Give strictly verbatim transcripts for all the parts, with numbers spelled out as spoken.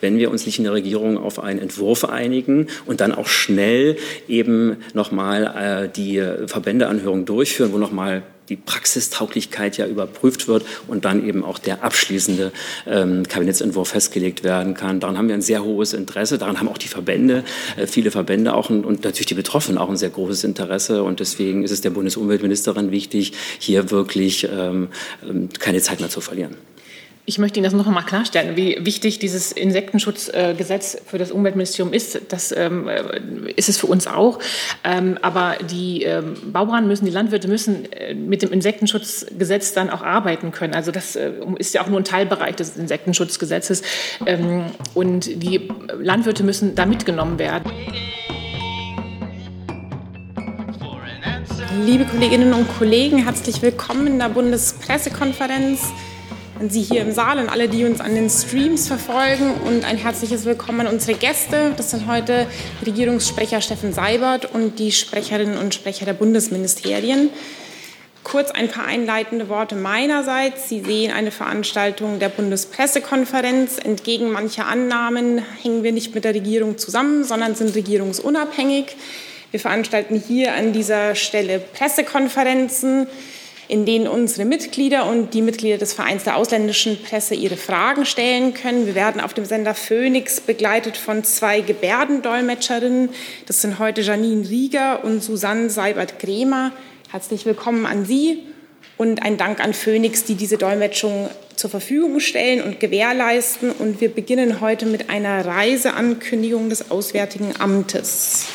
wenn wir uns nicht in der Regierung auf einen Entwurf einigen und dann auch schnell eben nochmal äh, die Verbändeanhörung durchführen, wo nochmal die Praxistauglichkeit ja überprüft wird und dann eben auch der abschließende ähm, Kabinettsentwurf festgelegt werden kann. Daran haben wir ein sehr hohes Interesse. Daran haben auch die Verbände, äh, viele Verbände auch ein, und natürlich die Betroffenen auch ein sehr großes Interesse. Und deswegen ist es der Bundesumweltministerin wichtig, hier wirklich ähm, keine Zeit mehr zu verlieren. Ich möchte Ihnen das noch einmal klarstellen, wie wichtig dieses Insektenschutzgesetz für das Umweltministerium ist. Das ähm, ist es für uns auch. Ähm, aber die ähm, Bauern müssen, die Landwirte müssen äh, mit dem Insektenschutzgesetz dann auch arbeiten können. Also das äh, ist ja auch nur ein Teilbereich des Insektenschutzgesetzes. Ähm, und die Landwirte müssen da mitgenommen werden. Liebe Kolleginnen und Kollegen, herzlich willkommen in der Bundespressekonferenz. An Sie hier im Saal und alle, die uns an den Streams verfolgen, und ein herzliches Willkommen an unsere Gäste. Das sind heute Regierungssprecher Steffen Seibert und die Sprecherinnen und Sprecher der Bundesministerien. Kurz ein paar einleitende Worte meinerseits. Sie sehen eine Veranstaltung der Bundespressekonferenz. Entgegen mancher Annahmen hängen wir nicht mit der Regierung zusammen, sondern sind regierungsunabhängig. Wir veranstalten hier an dieser Stelle Pressekonferenzen, in denen unsere Mitglieder und die Mitglieder des Vereins der ausländischen Presse ihre Fragen stellen können. Wir werden auf dem Sender Phoenix begleitet von zwei Gebärdendolmetscherinnen. Das sind heute Janine Rieger und Susanne Seibert-Gremer. Herzlich willkommen an Sie und ein Dank an Phoenix, die diese Dolmetschung zur Verfügung stellen und gewährleisten. Und wir beginnen heute mit einer Reiseankündigung des Auswärtigen Amtes.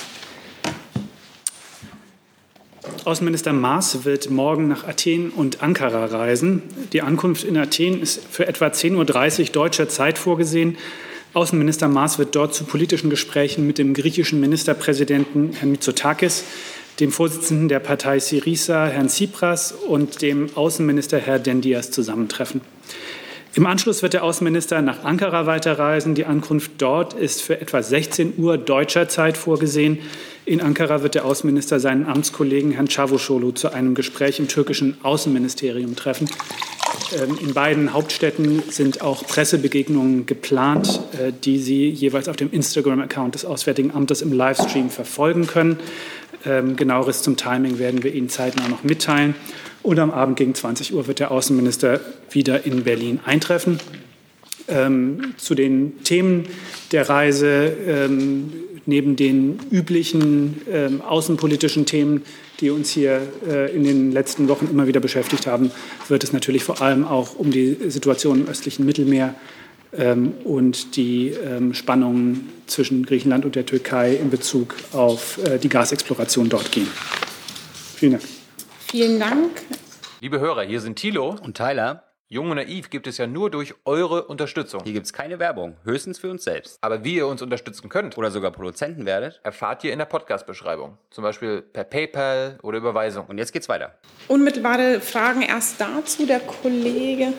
Außenminister Maas wird morgen nach Athen und Ankara reisen. Die Ankunft in Athen ist für etwa zehn Uhr dreißig deutscher Zeit vorgesehen. Außenminister Maas wird dort zu politischen Gesprächen mit dem griechischen Ministerpräsidenten Herrn Mitsotakis, dem Vorsitzenden der Partei Syriza Herrn Tsipras und dem Außenminister Herrn Dendias zusammentreffen. Im Anschluss wird der Außenminister nach Ankara weiterreisen. Die Ankunft dort ist für etwa sechzehn Uhr deutscher Zeit vorgesehen. In Ankara wird der Außenminister seinen Amtskollegen Herrn Çavuşoğlu zu einem Gespräch im türkischen Außenministerium treffen. In beiden Hauptstädten sind auch Pressebegegnungen geplant, die Sie jeweils auf dem Instagram-Account des Auswärtigen Amtes im Livestream verfolgen können. Genaueres zum Timing werden wir Ihnen zeitnah noch mitteilen. Und am Abend gegen zwanzig Uhr wird der Außenminister wieder in Berlin eintreffen. Ähm, zu den Themen der Reise, ähm, neben den üblichen ähm, außenpolitischen Themen, die uns hier äh, in den letzten Wochen immer wieder beschäftigt haben, wird es natürlich vor allem auch um die Situation im östlichen Mittelmeer ähm, und die ähm, Spannungen zwischen Griechenland und der Türkei in Bezug auf äh, die Gasexploration dort gehen. Vielen Dank. Vielen Dank. Liebe Hörer, hier sind Thilo und Tyler. Jung und Naiv gibt es ja nur durch eure Unterstützung. Hier gibt es keine Werbung, höchstens für uns selbst. Aber wie ihr uns unterstützen könnt oder sogar Produzenten werdet, erfahrt ihr in der Podcast-Beschreibung. Zum Beispiel per PayPal oder Überweisung. Und jetzt geht's weiter. Unmittelbare Fragen erst dazu, der Kollege.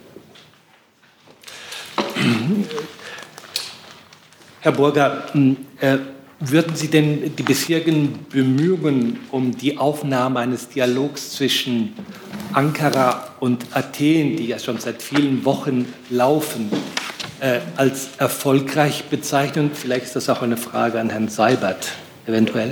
Herr Burger, äh, würden Sie denn die bisherigen Bemühungen um die Aufnahme eines Dialogs zwischen Ankara und Athen, die ja schon seit vielen Wochen laufen, äh, als erfolgreich bezeichnen? Vielleicht ist das auch eine Frage an Herrn Seibert, eventuell.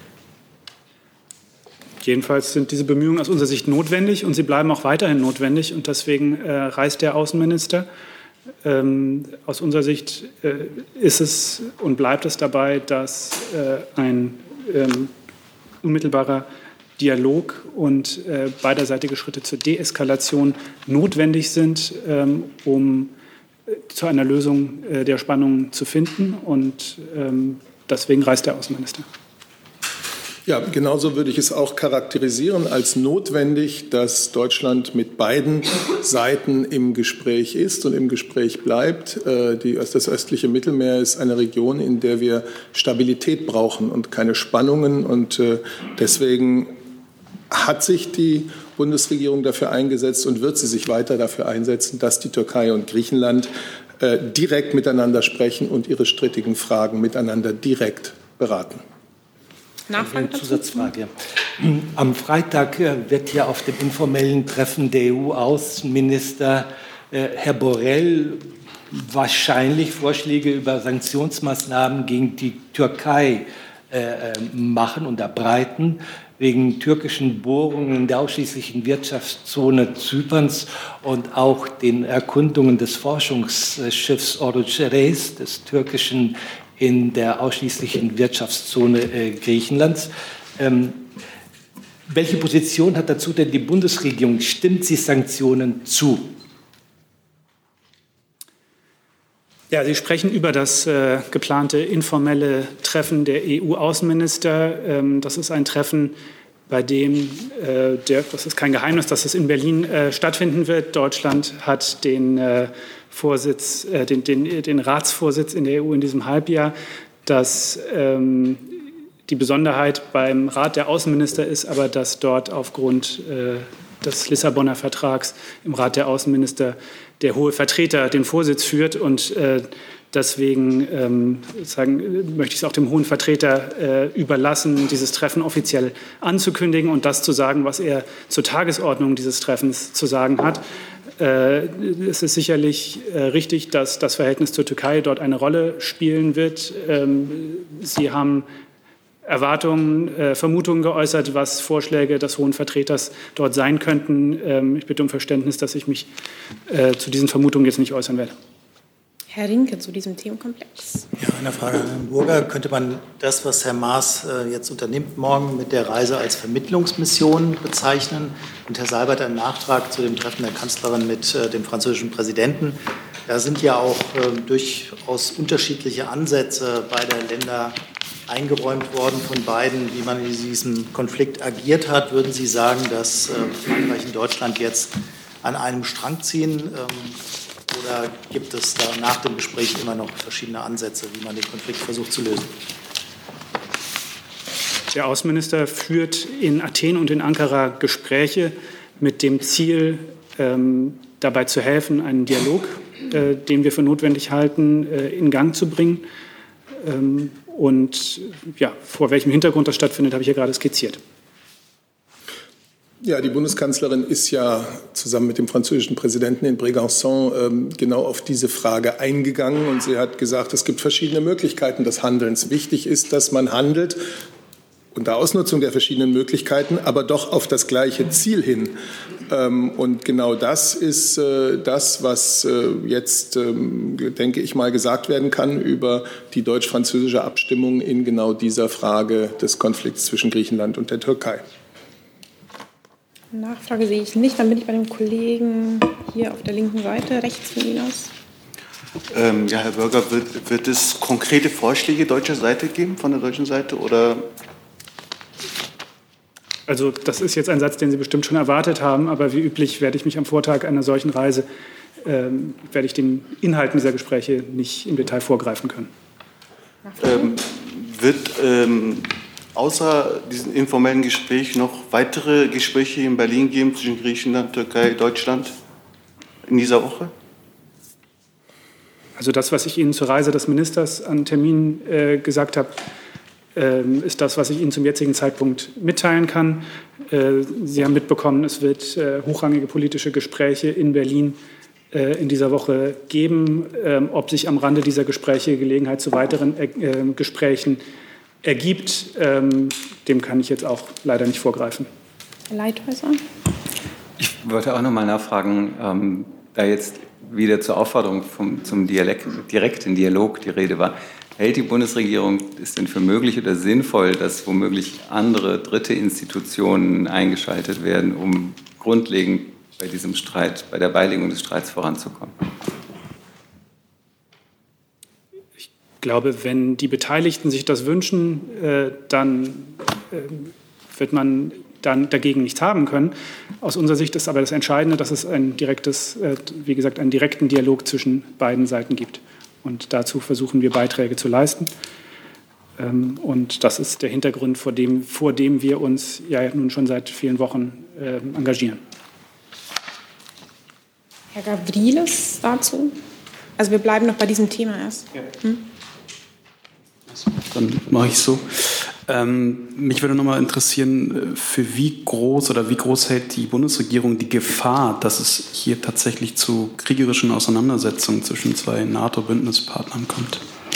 Jedenfalls sind diese Bemühungen aus unserer Sicht notwendig und sie bleiben auch weiterhin notwendig. Und deswegen äh, reist der Außenminister. Ähm, aus unserer Sicht äh, ist es und bleibt es dabei, dass äh, ein ähm, unmittelbarer Dialog und äh, beiderseitige Schritte zur Deeskalation notwendig sind, ähm, um äh, zu einer Lösung äh, der Spannungen zu finden. Und ähm, deswegen reist der Außenminister. Ja, genauso würde ich es auch charakterisieren als notwendig, dass Deutschland mit beiden Seiten im Gespräch ist und im Gespräch bleibt. Die, das östliche Mittelmeer ist eine Region, in der wir Stabilität brauchen und keine Spannungen. Und deswegen hat sich die Bundesregierung dafür eingesetzt und wird sie sich weiter dafür einsetzen, dass die Türkei und Griechenland direkt miteinander sprechen und ihre strittigen Fragen miteinander direkt beraten. Eine Zusatzfrage. Am Freitag wird ja auf dem informellen Treffen der E U-Außenminister Herr Borrell wahrscheinlich Vorschläge über Sanktionsmaßnahmen gegen die Türkei äh, machen und erbreiten, wegen türkischen Bohrungen in der ausschließlichen Wirtschaftszone Zyperns und auch den Erkundungen des Forschungsschiffs Oroceres, des türkischen, in der ausschließlichen Wirtschaftszone äh, Griechenlands. Ähm, welche Position hat dazu denn die Bundesregierung? Stimmt sie Sanktionen zu? Ja, Sie sprechen über das äh, geplante informelle Treffen der E U-Außenminister. Ähm, das ist ein Treffen, bei dem, äh, der, das ist kein Geheimnis, dass es in Berlin äh, stattfinden wird. Deutschland hat den, äh, Vorsitz, äh, den, den, den Ratsvorsitz in der E U in diesem Halbjahr. Das, ähm, die Besonderheit beim Rat der Außenminister ist aber, dass dort aufgrund äh, des Lissabonner Vertrags im Rat der Außenminister der hohe Vertreter den Vorsitz führt. Und äh, deswegen ähm, sagen, möchte ich es auch dem hohen Vertreter äh, überlassen, dieses Treffen offiziell anzukündigen und das zu sagen, was er zur Tagesordnung dieses Treffens zu sagen hat. Äh, es ist sicherlich äh, richtig, dass das Verhältnis zur Türkei dort eine Rolle spielen wird. Ähm, Sie haben Erwartungen, äh, Vermutungen geäußert, was Vorschläge des Hohen Vertreters dort sein könnten. Ähm, ich bitte um Verständnis, dass ich mich äh, zu diesen Vermutungen jetzt nicht äußern werde. Herr Rinke, zu diesem Themenkomplex. Ja, eine Frage an Herrn Burger. Könnte man das, was Herr Maas äh, jetzt unternimmt, morgen mit der Reise als Vermittlungsmission bezeichnen? Und Herr Seibert, ein Nachtrag zu dem Treffen der Kanzlerin mit äh, dem französischen Präsidenten. Da sind ja auch äh, durchaus unterschiedliche Ansätze beider Länder eingeräumt worden von beiden, wie man in diesem Konflikt agiert hat. Würden Sie sagen, dass äh, Frankreich und Deutschland jetzt an einem Strang ziehen? Ähm, oder gibt es da nach dem Gespräch immer noch verschiedene Ansätze, wie man den Konflikt versucht zu lösen? Der Außenminister führt in Athen und in Ankara Gespräche mit dem Ziel, ähm, dabei zu helfen, einen Dialog, äh, den wir für notwendig halten, äh, in Gang zu bringen. Ähm, Und ja, vor welchem Hintergrund das stattfindet, habe ich ja gerade skizziert. Ja, die Bundeskanzlerin ist ja zusammen mit dem französischen Präsidenten in Brégançon ähm, genau auf diese Frage eingegangen. Und sie hat gesagt, es gibt verschiedene Möglichkeiten des Handelns. Wichtig ist, dass man handelt unter Ausnutzung der verschiedenen Möglichkeiten, aber doch auf das gleiche Ziel hin. Und genau das ist das, was jetzt, denke ich mal, gesagt werden kann über die deutsch-französische Abstimmung in genau dieser Frage des Konflikts zwischen Griechenland und der Türkei. Nachfrage sehe ich nicht. Dann bin ich bei dem Kollegen hier auf der linken Seite, rechts von Ihnen aus. Ähm, ja, Herr Burger, wird, wird es konkrete Vorschläge deutscher Seite geben, von der deutschen Seite, oder? Also das ist jetzt ein Satz, den Sie bestimmt schon erwartet haben, aber wie üblich werde ich mich am Vortag einer solchen Reise, ähm, werde ich den Inhalten dieser Gespräche nicht im Detail vorgreifen können. Ähm, wird ähm, außer diesem informellen Gespräch noch weitere Gespräche in Berlin geben zwischen Griechenland, Türkei, Deutschland in dieser Woche? Also das, was ich Ihnen zur Reise des Ministers an Terminen äh, gesagt habe, ist das, was ich Ihnen zum jetzigen Zeitpunkt mitteilen kann. Sie haben mitbekommen, es wird hochrangige politische Gespräche in Berlin in dieser Woche geben. Ob sich am Rande dieser Gespräche Gelegenheit zu weiteren Gesprächen ergibt, dem kann ich jetzt auch leider nicht vorgreifen. Herr Leithäuser. Ich wollte auch noch mal nachfragen, da jetzt wieder zur Aufforderung vom, zum Dialekt, direkten Dialog die Rede war. Hält die Bundesregierung es denn für möglich oder sinnvoll, dass womöglich andere dritte Institutionen eingeschaltet werden, um grundlegend bei diesem Streit, bei der Beilegung des Streits voranzukommen? Ich glaube, wenn die Beteiligten sich das wünschen, dann wird man dann dagegen nichts haben können. Aus unserer Sicht ist aber das Entscheidende, dass es ein direktes, wie gesagt, einen direkten Dialog zwischen beiden Seiten gibt. Und dazu versuchen wir Beiträge zu leisten. Und das ist der Hintergrund, vor dem, vor dem wir uns ja nun schon seit vielen Wochen äh, engagieren. Herr Gavrilis dazu? Also wir bleiben noch bei diesem Thema erst. Ja. Hm? Dann mache ich so. Ähm, mich würde noch mal interessieren, für wie groß oder wie groß hält die Bundesregierung die Gefahr, dass es hier tatsächlich zu kriegerischen Auseinandersetzungen zwischen zwei NATO-Bündnispartnern kommt?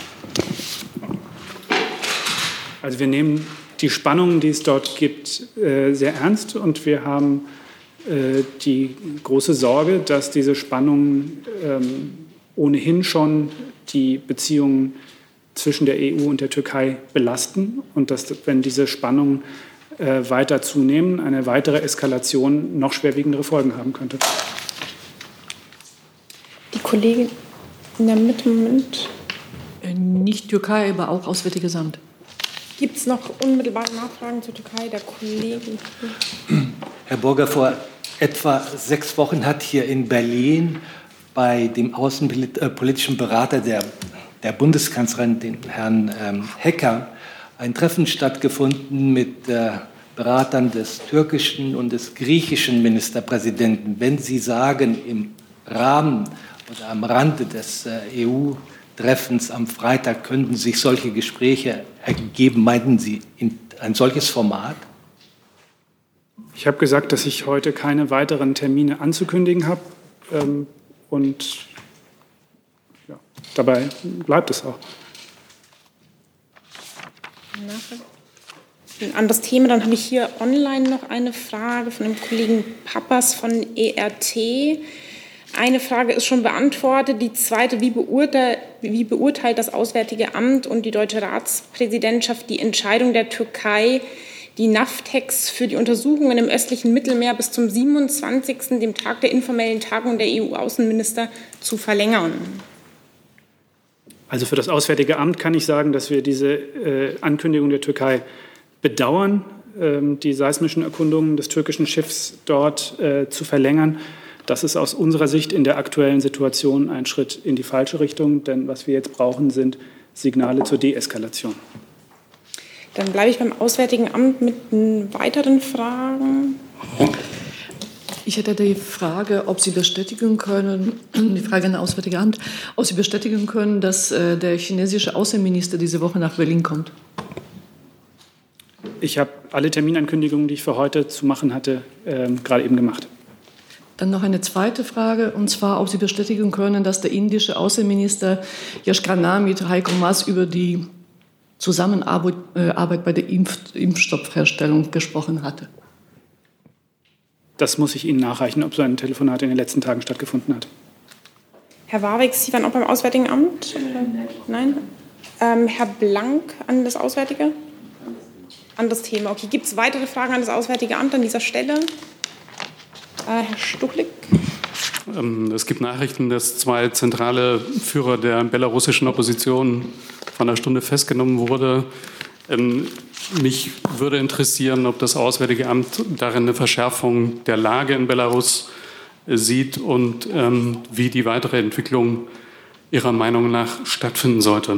Also wir nehmen die Spannungen, die es dort gibt, äh, sehr ernst und wir haben äh, die große Sorge, dass diese Spannungen ähm, ohnehin schon die Beziehungen zwischen der E U und der Türkei belasten und dass, wenn diese Spannungen äh, weiter zunehmen, eine weitere Eskalation noch schwerwiegendere Folgen haben könnte. Die Kollegin in der Mitte, Moment. Nicht Türkei, aber auch Auswärtiges Amt. Gibt es noch unmittelbare Nachfragen zur Türkei? Der Kollege. Herr Burger, vor etwa sechs Wochen hat hier in Berlin bei dem außenpolitischen Berater der, der Bundeskanzlerin, den Herrn ähm, Hecker, ein Treffen stattgefunden mit äh, Beratern des türkischen und des griechischen Ministerpräsidenten. Wenn Sie sagen, im Rahmen oder am Rande des äh, E U-Treffens am Freitag könnten sich solche Gespräche ergeben, meinten Sie in ein solches Format? Ich habe gesagt, dass ich heute keine weiteren Termine anzukündigen habe. Ähm, und ja, dabei bleibt es auch. Ein anderes Thema, dann habe ich hier online noch eine Frage von dem Kollegen Pappas von E R T. Eine Frage ist schon beantwortet. Die zweite, wie beurteilt, wie beurteilt das Auswärtige Amt und die deutsche Ratspräsidentschaft die Entscheidung der Türkei, die NAVTEX für die Untersuchungen im östlichen Mittelmeer bis zum siebenundzwanzigsten, dem Tag der informellen Tagung der E U-Außenminister, zu verlängern? Also für das Auswärtige Amt kann ich sagen, dass wir diese äh, Ankündigung der Türkei bedauern, ähm, die seismischen Erkundungen des türkischen Schiffs dort äh, zu verlängern. Das ist aus unserer Sicht in der aktuellen Situation ein Schritt in die falsche Richtung, denn was wir jetzt brauchen, sind Signale zur Deeskalation. Dann bleibe ich beim Auswärtigen Amt mit weiteren Fragen. Ich hätte die Frage, ob Sie bestätigen können, die Frage an das Auswärtige Amt, ob Sie bestätigen können, dass äh, der chinesische Außenminister diese Woche nach Berlin kommt. Ich habe alle Terminankündigungen, die ich für heute zu machen hatte, äh, gerade eben gemacht. Dann noch eine zweite Frage, und zwar, ob Sie bestätigen können, dass der indische Außenminister Yash Khanna mit Heiko Maas über die Zusammenarbeit äh, bei der Impf Impfstoffherstellung gesprochen hatte. Das muss ich Ihnen nachreichen, ob so ein Telefonat in den letzten Tagen stattgefunden hat. Herr Warwick, Sie waren auch beim Auswärtigen Amt? Nein? Ähm, Herr Blank an das Auswärtige? Anderes Thema. Okay, gibt es weitere Fragen an das Auswärtige Amt an dieser Stelle? Äh, Herr Stuchlik? Es gibt Nachrichten, dass zwei zentrale Führer der belarussischen Opposition vor einer Stunde festgenommen wurde. Mich würde interessieren, ob das Auswärtige Amt darin eine Verschärfung der Lage in Belarus sieht und wie die weitere Entwicklung Ihrer Meinung nach stattfinden sollte.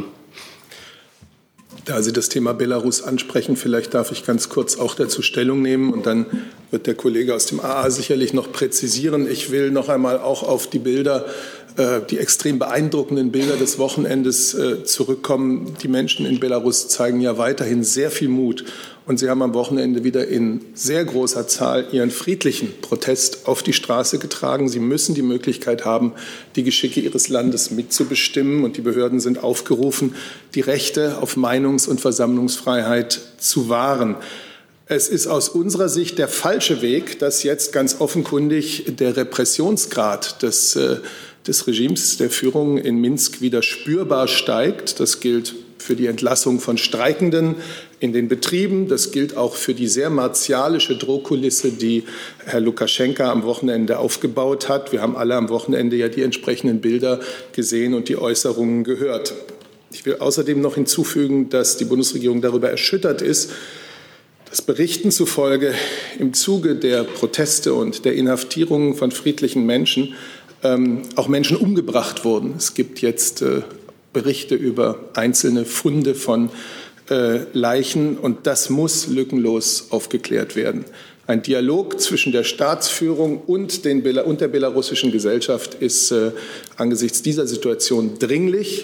Da Sie das Thema Belarus ansprechen, vielleicht darf ich ganz kurz auch dazu Stellung nehmen und dann wird der Kollege aus dem A A sicherlich noch präzisieren. Ich will noch einmal auch auf die Bilder, äh, die extrem beeindruckenden Bilder des Wochenendes äh, zurückkommen. Die Menschen in Belarus zeigen ja weiterhin sehr viel Mut und sie haben am Wochenende wieder in sehr großer Zahl ihren friedlichen Protest auf die Straße getragen. Sie müssen die Möglichkeit haben, die Geschicke ihres Landes mitzubestimmen und die Behörden sind aufgerufen, die Rechte auf Meinungs- und Versammlungsfreiheit zu wahren. Es ist aus unserer Sicht der falsche Weg, dass jetzt ganz offenkundig der Repressionsgrad des, äh, des Regimes, der Führung in Minsk wieder spürbar steigt. Das gilt für die Entlassung von Streikenden in den Betrieben. Das gilt auch für die sehr martialische Drohkulisse, die Herr Lukaschenka am Wochenende aufgebaut hat. Wir haben alle am Wochenende ja die entsprechenden Bilder gesehen und die Äußerungen gehört. Ich will außerdem noch hinzufügen, dass die Bundesregierung darüber erschüttert ist, dass Berichten zufolge im Zuge der Proteste und der Inhaftierungen von friedlichen Menschen ähm, auch Menschen umgebracht wurden. Es gibt jetzt äh, Berichte über einzelne Funde von äh, Leichen und das muss lückenlos aufgeklärt werden. Ein Dialog zwischen der Staatsführung und, den Bela- und der belarussischen Gesellschaft ist äh, angesichts dieser Situation dringlich.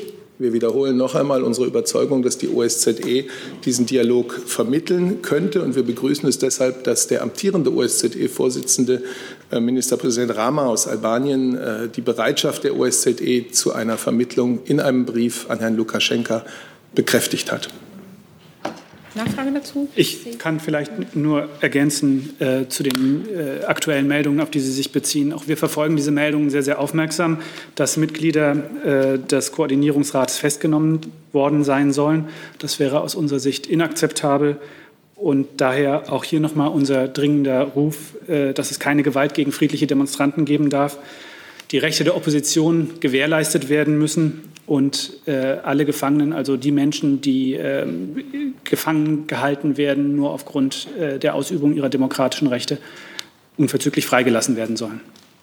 Wir wiederholen noch einmal unsere Überzeugung, dass die O S Z E diesen Dialog vermitteln könnte. Und wir begrüßen es deshalb, dass der amtierende O S Z E-Vorsitzende, Ministerpräsident Rama aus Albanien, die Bereitschaft der O S Z E zu einer Vermittlung in einem Brief an Herrn Lukaschenka bekräftigt hat. Nachfrage dazu? Ich kann vielleicht nur ergänzen äh, zu den äh, aktuellen Meldungen, auf die Sie sich beziehen. Auch wir verfolgen diese Meldungen sehr, sehr aufmerksam, dass Mitglieder äh, des Koordinierungsrats festgenommen worden sein sollen. Das wäre aus unserer Sicht inakzeptabel. Und daher auch hier nochmal unser dringender Ruf, äh, dass es keine Gewalt gegen friedliche Demonstranten geben darf. Die Rechte der Opposition gewährleistet werden müssen und äh, alle Gefangenen, also die Menschen, die äh, gefangen gehalten werden, nur aufgrund äh, der Ausübung ihrer demokratischen Rechte, unverzüglich freigelassen werden sollen.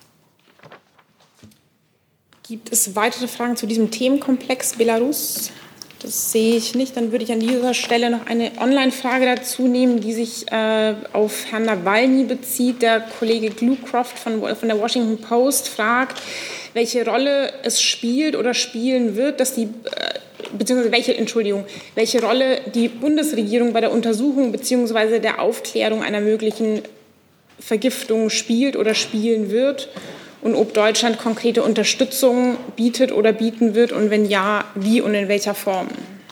Gibt es weitere Fragen zu diesem Themenkomplex Belarus? Das sehe ich nicht. Dann würde ich an dieser Stelle noch eine Online-Frage dazu nehmen, die sich äh, auf Herrn Nawalny bezieht. Der Kollege Glucroft von, von der Washington Post fragt, welche Rolle es spielt oder spielen wird, dass die, äh, beziehungsweise welche, Entschuldigung, welche Rolle die Bundesregierung bei der Untersuchung beziehungsweise der Aufklärung einer möglichen Vergiftung spielt oder spielen wird. Und ob Deutschland konkrete Unterstützung bietet oder bieten wird und wenn ja, wie und in welcher Form?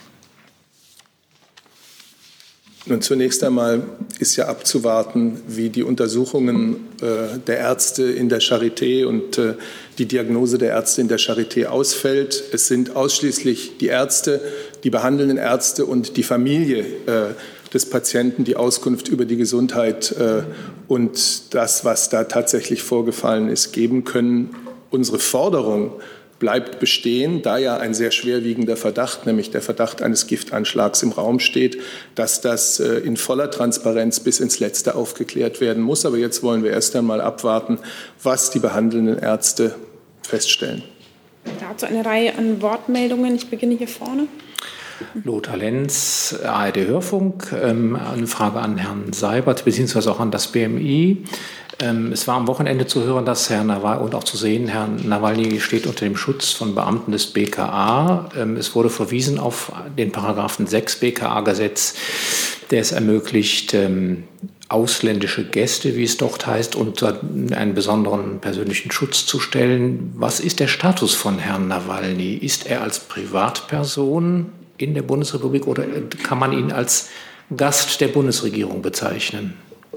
Nun, zunächst einmal ist ja abzuwarten, wie die Untersuchungen äh, der Ärzte in der Charité und äh, die Diagnose der Ärzte in der Charité ausfällt. Es sind ausschließlich die Ärzte, die behandelnden Ärzte und die Familie äh, des Patienten die Auskunft über die Gesundheit äh, und das, was da tatsächlich vorgefallen ist, geben können. Unsere Forderung bleibt bestehen, da ja ein sehr schwerwiegender Verdacht, nämlich der Verdacht eines Giftanschlags im Raum steht, dass das äh, in voller Transparenz bis ins Letzte aufgeklärt werden muss. Aber jetzt wollen wir erst einmal abwarten, was die behandelnden Ärzte feststellen. Dazu eine Reihe an Wortmeldungen. Ich beginne hier vorne. Lothar Lenz, A R D Hörfunk. Ähm, eine Frage an Herrn Seibert beziehungsweise auch an das B M I. Ähm, es war am Wochenende zu hören, dass Herr Nawalny und auch zu sehen, Herr Nawalny steht unter dem Schutz von Beamten des B K A. Ähm, es wurde verwiesen auf den Paragraphen sechs B K A-Gesetz, der es ermöglicht, ähm, ausländische Gäste, wie es dort heißt, unter einen besonderen persönlichen Schutz zu stellen. Was ist der Status von Herrn Nawalny? Ist er als Privatperson in der Bundesrepublik oder kann man ihn als Gast der Bundesregierung bezeichnen?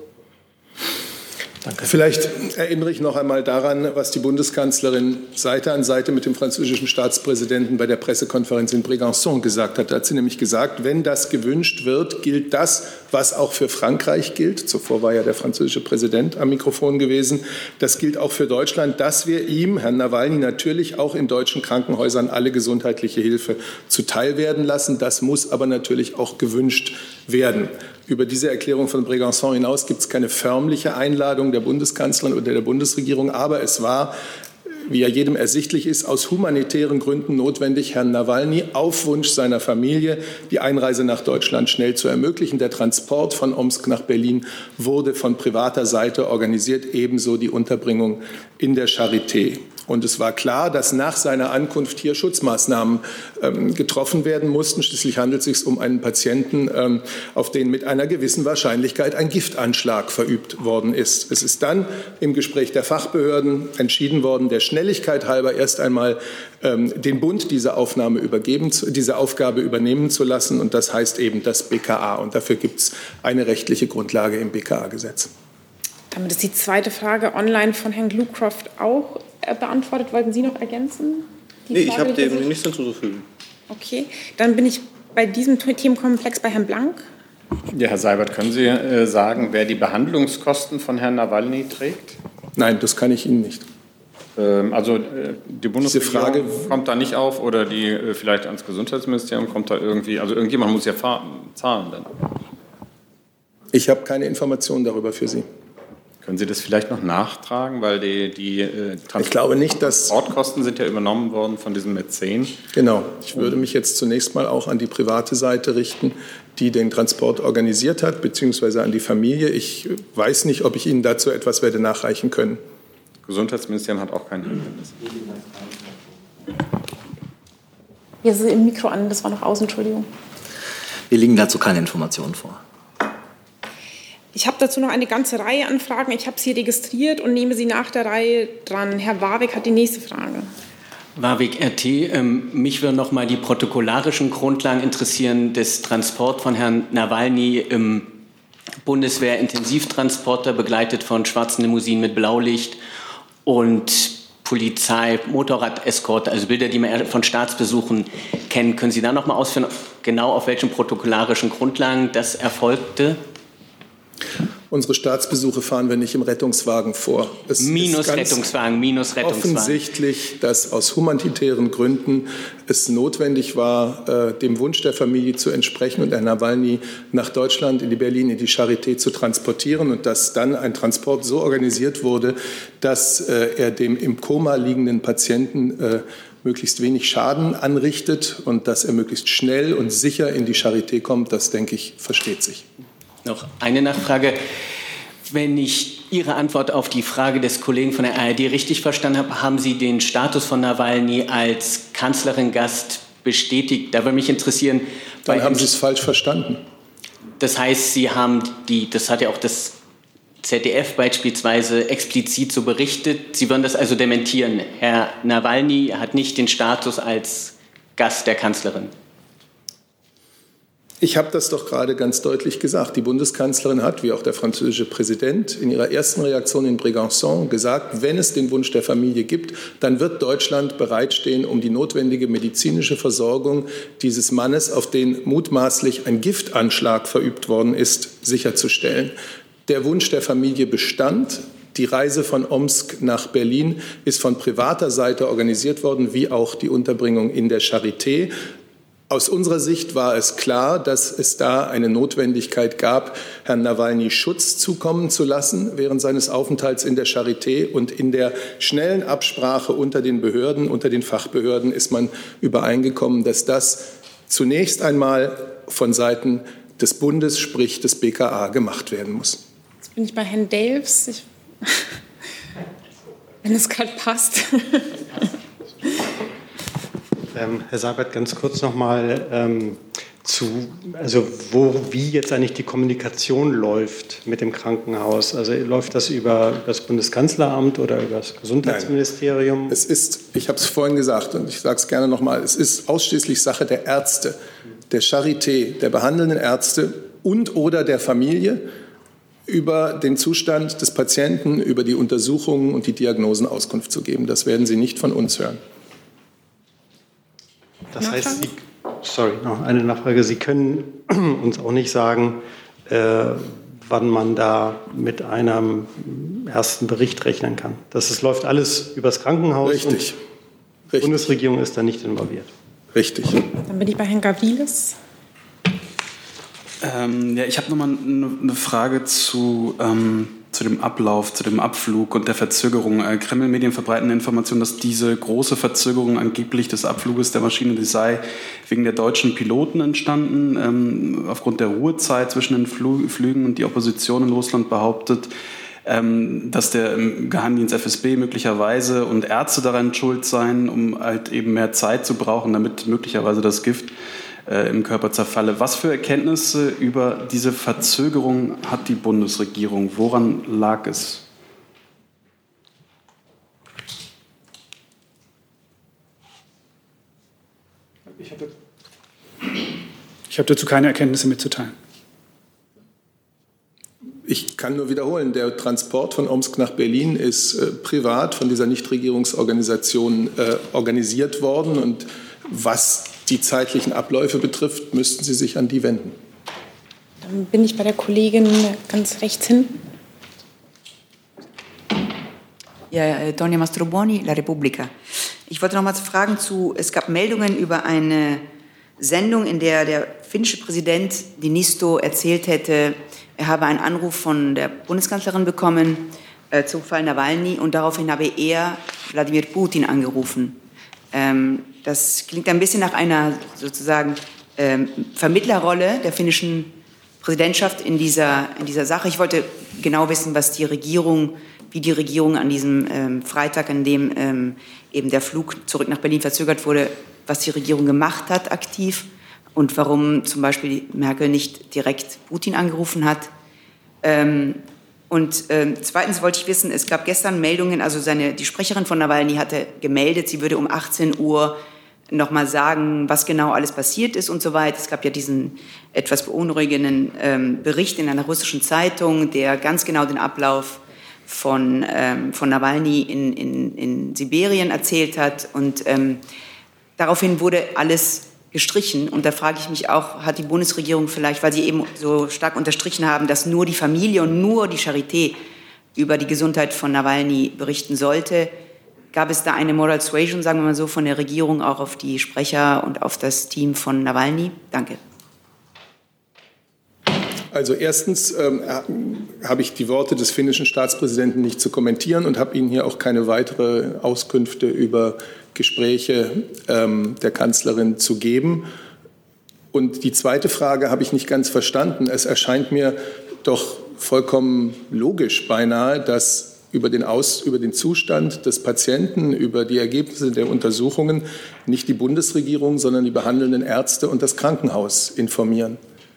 Danke. Vielleicht erinnere ich noch einmal daran, was die Bundeskanzlerin Seite an Seite mit dem französischen Staatspräsidenten bei der Pressekonferenz in Brégançon gesagt hat. Da hat sie nämlich gesagt, wenn das gewünscht wird, gilt das, was auch für Frankreich gilt. Zuvor war ja der französische Präsident am Mikrofon gewesen. Das gilt auch für Deutschland, dass wir ihm, Herrn Nawalny, natürlich auch in deutschen Krankenhäusern alle gesundheitliche Hilfe zuteil werden lassen. Das muss aber natürlich auch gewünscht werden. Über diese Erklärung von Brégançon hinaus gibt es keine förmliche Einladung der Bundeskanzlerin oder der Bundesregierung, aber es war, wie ja jedem ersichtlich ist, aus humanitären Gründen notwendig, Herrn Nawalny auf Wunsch seiner Familie die Einreise nach Deutschland schnell zu ermöglichen. Der Transport von Omsk nach Berlin wurde von privater Seite organisiert, ebenso die Unterbringung in der Charité. Und es war klar, dass nach seiner Ankunft hier Schutzmaßnahmen ähm, getroffen werden mussten. Schließlich handelt es sich um einen Patienten, ähm, auf den mit einer gewissen Wahrscheinlichkeit ein Giftanschlag verübt worden ist. Es ist dann im Gespräch der Fachbehörden entschieden worden, der Schnelligkeit halber erst einmal ähm, den Bund diese Aufnahme übergeben, diese Aufgabe übernehmen zu lassen. Und das heißt eben das B K A. Und dafür gibt es eine rechtliche Grundlage im B K A-Gesetz. Damit ist die zweite Frage online von Herrn Glucroft auch beantwortet. Wollten Sie noch ergänzen? Die nee, ich Frage, habe dem nichts hinzuzufügen. Okay, dann bin ich bei diesem Themenkomplex bei Herrn Blank. Ja, Herr Seibert, können Sie äh, sagen, wer die Behandlungskosten von Herrn Nawalny trägt? Nein, das kann ich Ihnen nicht. Ähm, also äh, die Bundesregierung Frage kommt da nicht auf oder die äh, vielleicht ans Gesundheitsministerium kommt da irgendwie, also irgendjemand muss ja zahlen dann. Ich habe keine Informationen darüber für Sie. Können Sie das vielleicht noch nachtragen, weil die, die äh, Transport- ich glaube nicht, dass Transportkosten sind ja übernommen worden von diesem Mäzen. Genau. Ich würde mich jetzt zunächst mal auch an die private Seite richten, die den Transport organisiert hat, beziehungsweise an die Familie. Ich weiß nicht, ob ich Ihnen dazu etwas werde nachreichen können. Das Gesundheitsministerium hat auch kein Hinweis. Hier ist Ihr Mikro an, das war noch aus, Entschuldigung. Wir liegen dazu keine Informationen vor. Ich habe dazu noch eine ganze Reihe an Fragen. Ich habe sie registriert und nehme sie nach der Reihe dran. Herr Warwick hat die nächste Frage. Warwick, R T. Ähm, mich würden noch mal die protokollarischen Grundlagen interessieren des Transports von Herrn Nawalny im Bundeswehr-Intensivtransporter, begleitet von schwarzen Limousinen mit Blaulicht und Polizei, Motorrad-Escort, also Bilder, die man von Staatsbesuchen kennt. Können Sie da noch mal ausführen, genau auf welchen protokollarischen Grundlagen das erfolgte? Unsere Staatsbesuche fahren wir nicht im Rettungswagen vor. Es minus ist Rettungswagen, minus Rettungswagen. Offensichtlich, dass aus humanitären Gründen es notwendig war, äh, dem Wunsch der Familie zu entsprechen und Herrn Nawalny nach Deutschland, in die Berlin, in die Charité zu transportieren und dass dann ein Transport so organisiert wurde, dass äh, er dem im Koma liegenden Patienten äh, möglichst wenig Schaden anrichtet und dass er möglichst schnell und sicher in die Charité kommt. Das, denke ich, versteht sich. Noch eine Nachfrage. Wenn ich Ihre Antwort auf die Frage des Kollegen von der A R D richtig verstanden habe, haben Sie den Status von Nawalny als Kanzlerin-Gast bestätigt? Da würde mich interessieren. Dann haben Sie es falsch verstanden. Das heißt, Sie haben die, das hat ja auch das Z D F beispielsweise explizit so berichtet. Sie würden das also dementieren. Herr Nawalny hat nicht den Status als Gast der Kanzlerin. Ich habe das doch gerade ganz deutlich gesagt. Die Bundeskanzlerin hat, wie auch der französische Präsident, in ihrer ersten Reaktion in Brégançon gesagt, wenn es den Wunsch der Familie gibt, dann wird Deutschland bereitstehen, um die notwendige medizinische Versorgung dieses Mannes, auf den mutmaßlich ein Giftanschlag verübt worden ist, sicherzustellen. Der Wunsch der Familie bestand. Die Reise von Omsk nach Berlin ist von privater Seite organisiert worden, wie auch die Unterbringung in der Charité. Aus unserer Sicht war es klar, dass es da eine Notwendigkeit gab, Herrn Nawalny Schutz zukommen zu lassen während seines Aufenthalts in der Charité. Und in der schnellen Absprache unter den Behörden, unter den Fachbehörden, ist man übereingekommen, dass das zunächst einmal von Seiten des Bundes, sprich des B K A, gemacht werden muss. Jetzt bin ich bei Herrn Delfs. Ich, wenn es gerade passt. Ähm, Herr Seibert, ganz kurz noch mal ähm, zu, also wo, wie jetzt eigentlich die Kommunikation läuft mit dem Krankenhaus. Also läuft das über das Bundeskanzleramt oder über das Gesundheitsministerium? Nein. Es ist, ich habe es vorhin gesagt und ich sage es gerne noch mal, es ist ausschließlich Sache der Ärzte, der Charité, der behandelnden Ärzte und oder der Familie, über den Zustand des Patienten, über die Untersuchungen und die Diagnosen Auskunft zu geben. Das werden Sie nicht von uns hören. Das heißt, Sie, sorry, noch eine Nachfrage. Sie können uns auch nicht sagen, äh, wann man da mit einem ersten Bericht rechnen kann. Das ist, läuft alles übers Krankenhaus. Richtig. Und die Bundesregierung ist da nicht involviert. Richtig. Dann bin ich bei Herrn Gavrilis. Ähm, ja, ich habe noch mal eine Frage zu, ähm, zu dem Ablauf, zu dem Abflug und der Verzögerung. Äh, Kreml-Medien verbreiten Informationen, dass diese große Verzögerung angeblich des Abfluges der Maschine, die sei wegen der deutschen Piloten entstanden, ähm, aufgrund der Ruhezeit zwischen den Fl- Flügen. Und die Opposition in Russland behauptet, ähm, dass der ähm, Geheimdienst F S B möglicherweise und Ärzte daran schuld seien, um halt eben mehr Zeit zu brauchen, damit möglicherweise das Gift im Körper zerfalle. Was für Erkenntnisse über diese Verzögerung hat die Bundesregierung? Woran lag es? Ich habe ich hab dazu keine Erkenntnisse mitzuteilen. Ich kann nur wiederholen, der Transport von Omsk nach Berlin ist äh, privat von dieser Nichtregierungsorganisation äh, organisiert worden. Und was die zeitlichen Abläufe betrifft, müssten Sie sich an die wenden. Dann bin ich bei der Kollegin ganz rechts hinten. Ja, Tonia Mastrobuoni, La Repubblica. Ich wollte noch mal fragen zu, es gab Meldungen über eine Sendung, in der der finnische Präsident Niinisto erzählt hätte, er habe einen Anruf von der Bundeskanzlerin bekommen äh, zum Fall Nawalny und daraufhin habe er Wladimir Putin angerufen. Ähm, das klingt ein bisschen nach einer sozusagen ähm, Vermittlerrolle der finnischen Präsidentschaft in dieser, in dieser Sache. Ich wollte genau wissen, was die Regierung, wie die Regierung an diesem ähm, Freitag, an dem ähm, eben der Flug zurück nach Berlin verzögert wurde, was die Regierung gemacht hat aktiv und warum zum Beispiel Merkel nicht direkt Putin angerufen hat. Ähm, und ähm, zweitens wollte ich wissen, es gab gestern Meldungen, also seine, die Sprecherin von Nawalny hatte gemeldet, sie würde um achtzehn Uhr noch mal sagen, was genau alles passiert ist und so weiter. Es gab ja diesen etwas beunruhigenden ähm, Bericht in einer russischen Zeitung, der ganz genau den Ablauf von, ähm, von Nawalny in, in, in Sibirien erzählt hat. Und ähm, daraufhin wurde alles gestrichen. Und da frage ich mich auch, hat die Bundesregierung vielleicht, weil Sie eben so stark unterstrichen haben, dass nur die Familie und nur die Charité über die Gesundheit von Nawalny berichten sollte, gab es da eine Moral Suasion, sagen wir mal so, von der Regierung auch auf die Sprecher und auf das Team von Nawalny? Danke. Also erstens ähm, habe ich die Worte des finnischen Staatspräsidenten nicht zu kommentieren und habe Ihnen hier auch keine weitere Auskünfte über Gespräche ähm, der Kanzlerin zu geben. Und die zweite Frage habe ich nicht ganz verstanden. Es erscheint mir doch vollkommen logisch beinahe, dass über den, Aus, über den Zustand des Patienten, über die Ergebnisse der Untersuchungen nicht die Bundesregierung, sondern die behandelnden Ärzte und das Krankenhaus informieren.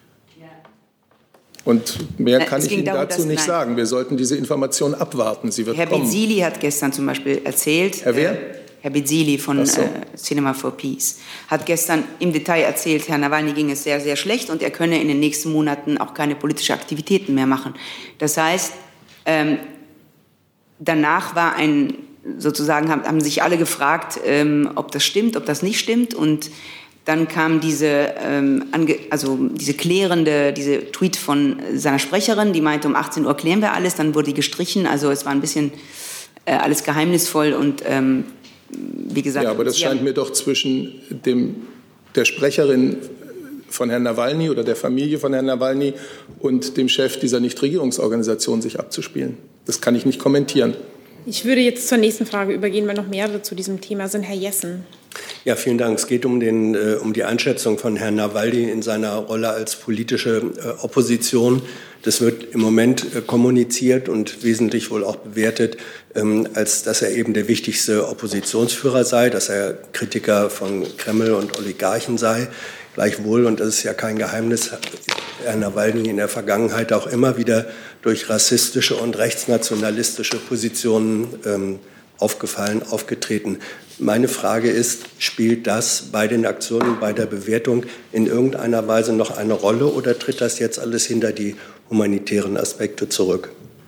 Und mehr kann ich Ihnen darum, dazu nicht nein. sagen. Wir sollten diese Information abwarten. Sie wird Herr kommen. Bezili hat gestern zum Beispiel erzählt, Herr wer? Äh, Herr Bezili von so. äh, Cinema for Peace hat gestern im Detail erzählt, Herr Nawalny ging es sehr, sehr schlecht und er könne in den nächsten Monaten auch keine politischen Aktivitäten mehr machen. Das heißt, ähm, danach war ein, sozusagen haben, haben sich alle gefragt, ähm, ob das stimmt, ob das nicht stimmt und dann kam diese, ähm, ange, also diese klärende, diese Tweet von seiner Sprecherin, die meinte, um achtzehn Uhr klären wir alles, dann wurde die gestrichen, also es war ein bisschen äh, alles geheimnisvoll und ähm, wie gesagt. Ja, aber das scheint mir doch zwischen dem, der Sprecherin von Herrn Nawalny oder der Familie von Herrn Nawalny und dem Chef dieser Nichtregierungsorganisation sich abzuspielen. Das kann ich nicht kommentieren. Ich würde jetzt zur nächsten Frage übergehen, weil noch mehrere zu diesem Thema sind. Herr Jessen. Ja, vielen Dank. Es geht um, den, äh, um die Einschätzung von Herrn Nawalny in seiner Rolle als politische äh, Opposition. Das wird im Moment äh, kommuniziert und wesentlich wohl auch bewertet, ähm, als dass er eben der wichtigste Oppositionsführer sei, dass er Kritiker von Kreml und Oligarchen sei. Gleichwohl, und das ist ja kein Geheimnis, Herr Nawalny in der Vergangenheit auch immer wieder durch rassistische und rechtsnationalistische Positionen ähm, aufgefallen, aufgetreten. Meine Frage ist, spielt das bei den Aktionen, bei der Bewertung in irgendeiner Weise noch eine Rolle oder tritt das jetzt alles hinter die humanitären Aspekte zurück?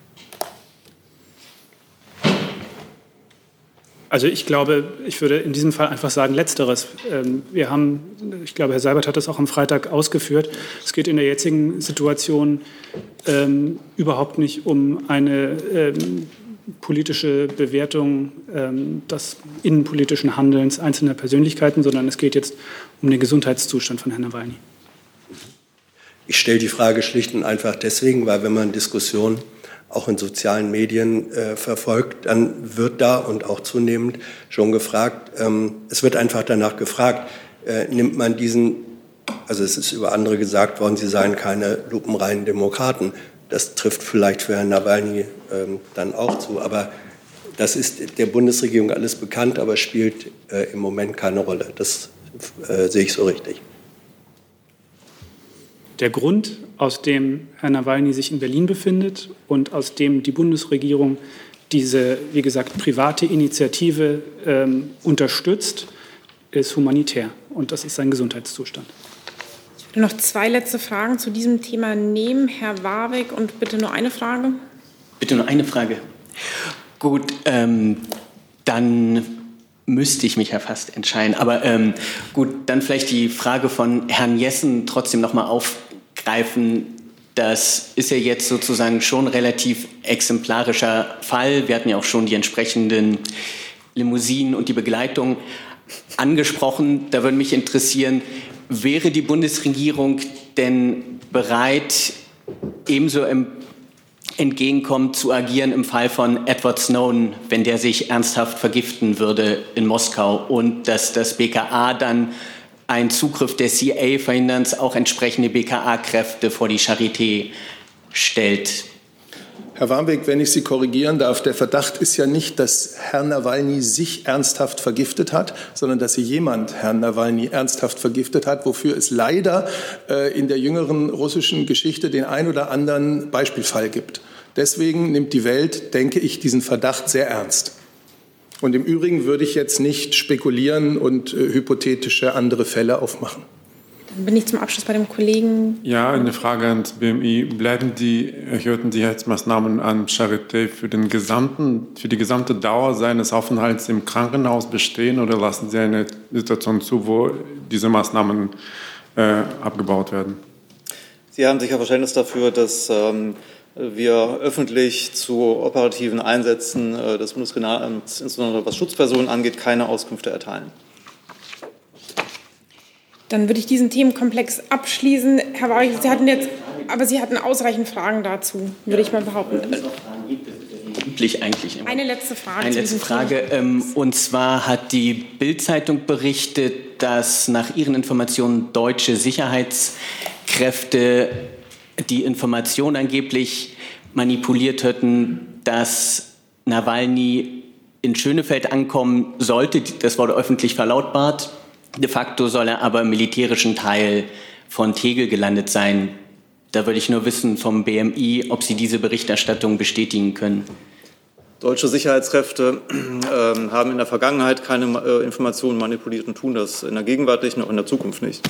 Also ich glaube, ich würde in diesem Fall einfach sagen, Letzteres. Wir haben, ich glaube, Herr Seibert hat das auch am Freitag ausgeführt, es geht in der jetzigen Situation ähm, überhaupt nicht um eine ähm, politische Bewertung ähm, des innenpolitischen Handelns einzelner Persönlichkeiten, sondern es geht jetzt um den Gesundheitszustand von Herrn Nawalny. Ich stelle die Frage schlicht und einfach deswegen, weil wenn man Diskussionen auch in sozialen Medien äh, verfolgt, dann wird da und auch zunehmend schon gefragt, ähm, es wird einfach danach gefragt, äh, nimmt man diesen, also es ist über andere gesagt worden, sie seien keine lupenreinen Demokraten. Das trifft vielleicht für Herrn Nawalny ähm, dann auch zu, aber das ist der Bundesregierung alles bekannt, aber spielt äh, im Moment keine Rolle. Das äh, sehe ich so richtig. Der Grund, aus dem Herr Nawalny sich in Berlin befindet und aus dem die Bundesregierung diese, wie gesagt, private Initiative ähm, unterstützt, ist humanitär. Und das ist sein Gesundheitszustand. Ich würde noch zwei letzte Fragen zu diesem Thema nehmen. Herr Warwick, und bitte nur eine Frage. Bitte nur eine Frage. Gut, ähm, dann müsste ich mich ja fast entscheiden. Aber ähm, gut, dann vielleicht die Frage von Herrn Jessen trotzdem noch mal aufgreifen. Das ist ja jetzt sozusagen schon ein relativ exemplarischer Fall. Wir hatten ja auch schon die entsprechenden Limousinen und die Begleitung angesprochen. Da würde mich interessieren, wäre die Bundesregierung denn bereit, ebenso im entgegenkommt zu agieren im Fall von Edward Snowden, wenn der sich ernsthaft vergiften würde in Moskau und dass das B K A dann einen Zugriff der C I A verhindern, auch entsprechende B K A-Kräfte vor die Charité stellt? Herr Warmweg, wenn ich Sie korrigieren darf, der Verdacht ist ja nicht, dass Herr Nawalny sich ernsthaft vergiftet hat, sondern dass jemand Herrn Nawalny ernsthaft vergiftet hat, wofür es leider äh, in der jüngeren russischen Geschichte den ein oder anderen Beispielfall gibt. Deswegen nimmt die Welt, denke ich, diesen Verdacht sehr ernst. Und im Übrigen würde ich jetzt nicht spekulieren und äh, hypothetische andere Fälle aufmachen. Dann bin ich zum Abschluss bei dem Kollegen. Ja, eine Frage ans B M I. Bleiben die erhöhten Sicherheitsmaßnahmen an Charité für, den gesamten, für die gesamte Dauer seines Aufenthalts im Krankenhaus bestehen oder lassen Sie eine Situation zu, wo diese Maßnahmen äh, abgebaut werden? Sie haben sicher Verständnis dafür, dass ähm, wir öffentlich zu operativen Einsätzen äh, des Bundeskriminalamts, insbesondere was Schutzpersonen angeht, keine Auskünfte erteilen. Dann würde ich diesen Themenkomplex abschließen. Herr Warmweg, Sie hatten jetzt, aber Sie hatten ausreichend Fragen dazu, würde ich mal behaupten. Eigentlich. Eine letzte Frage. Eine letzte Frage. Ähm, und zwar hat die Bild-Zeitung berichtet, dass nach ihren Informationen deutsche Sicherheitskräfte die Information angeblich manipuliert hätten, dass Nawalny in Schönefeld ankommen sollte. Das wurde öffentlich verlautbart. De facto soll er aber im militärischen Teil von Tegel gelandet sein. Da würde ich nur wissen vom B M I, ob Sie diese Berichterstattung bestätigen können. Deutsche Sicherheitskräfte äh, haben in der Vergangenheit keine äh, Informationen manipuliert und tun das in der Gegenwart nicht und auch in der Zukunft nicht.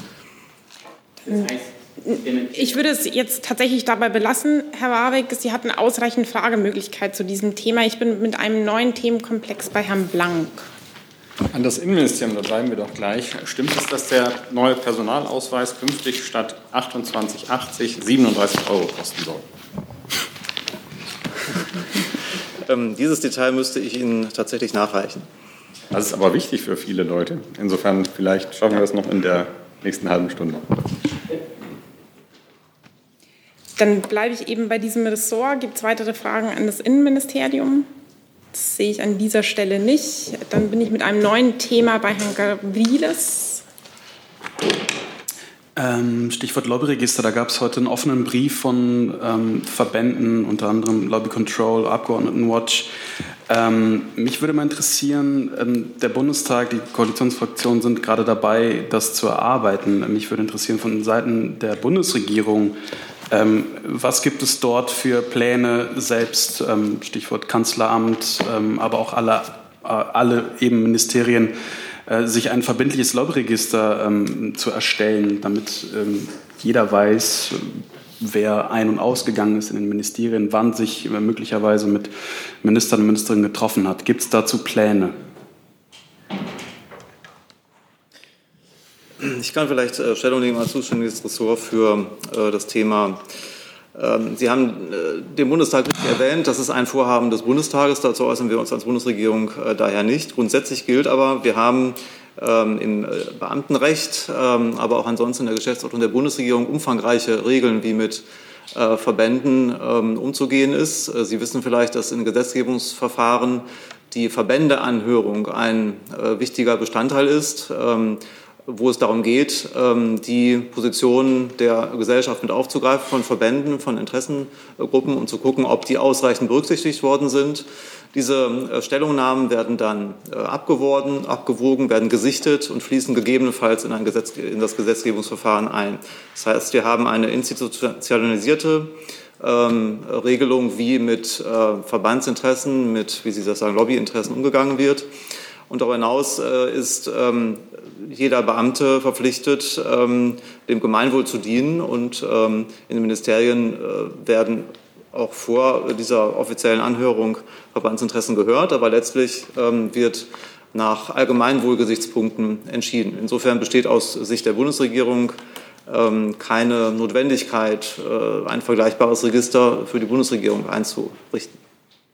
Ich würde es jetzt tatsächlich dabei belassen, Herr Warmweg. Sie hatten ausreichend Fragemöglichkeit zu diesem Thema. Ich bin mit einem neuen Themenkomplex bei Herrn Blank. An das Innenministerium, da bleiben wir doch gleich. Stimmt es, dass der neue Personalausweis künftig statt achtundzwanzig achtzig siebenunddreißig Euro kosten soll? ähm, dieses Detail müsste ich Ihnen tatsächlich nachreichen. Das ist aber wichtig für viele Leute. Insofern, vielleicht schaffen wir das noch in der nächsten halben Stunde. Dann bleibe ich eben bei diesem Ressort. Gibt es weitere Fragen an das Innenministerium? Das sehe ich an dieser Stelle nicht. Dann bin ich mit einem neuen Thema bei Herrn Gavrilis. Ähm, Stichwort Lobbyregister. Da gab es heute einen offenen Brief von ähm, Verbänden, unter anderem Lobby Control, Abgeordnetenwatch. Ähm, mich würde mal interessieren, ähm, der Bundestag, die Koalitionsfraktionen sind gerade dabei, das zu erarbeiten. Mich würde interessieren von Seiten der Bundesregierung, Ähm, was gibt es dort für Pläne, selbst ähm, Stichwort Kanzleramt, ähm, aber auch alle, äh, alle eben Ministerien, äh, sich ein verbindliches Lobbyregister ähm, zu erstellen, damit ähm, jeder weiß, wer ein- und ausgegangen ist in den Ministerien, wann sich äh, möglicherweise mit Ministern und Ministerinnen getroffen hat. Gibt es dazu Pläne? Ich kann vielleicht äh, Stellung nehmen als zuständiges Ressort für äh, das Thema. Ähm, Sie haben äh, den Bundestag richtig erwähnt. Das ist ein Vorhaben des Bundestages. Dazu äußern wir uns als Bundesregierung äh, daher nicht. Grundsätzlich gilt aber, wir haben ähm, im äh, Beamtenrecht, ähm, aber auch ansonsten in der Geschäftsordnung der Bundesregierung umfangreiche Regeln, wie mit äh, Verbänden ähm, umzugehen ist. Äh, Sie wissen vielleicht, dass in Gesetzgebungsverfahren die Verbändeanhörung ein äh, wichtiger Bestandteil ist, ähm, wo es darum geht, die Positionen der Gesellschaft mit aufzugreifen, von Verbänden, von Interessengruppen und zu gucken, ob die ausreichend berücksichtigt worden sind. Diese Stellungnahmen werden dann abgewogen, abgewogen, werden gesichtet und fließen gegebenenfalls in, ein Gesetz, in das Gesetzgebungsverfahren ein. Das heißt, wir haben eine institutionalisierte ähm, Regelung, wie mit äh, Verbandsinteressen, mit, wie Sie das sagen, Lobbyinteressen umgegangen wird. Und darüber hinaus äh, ist ähm, jeder Beamte verpflichtet, ähm, dem Gemeinwohl zu dienen. Und ähm, in den Ministerien äh, werden auch vor dieser offiziellen Anhörung Verbandsinteressen gehört. Aber letztlich ähm, wird nach Allgemeinwohlgesichtspunkten entschieden. Insofern besteht aus Sicht der Bundesregierung ähm, keine Notwendigkeit, äh, ein vergleichbares Register für die Bundesregierung einzurichten.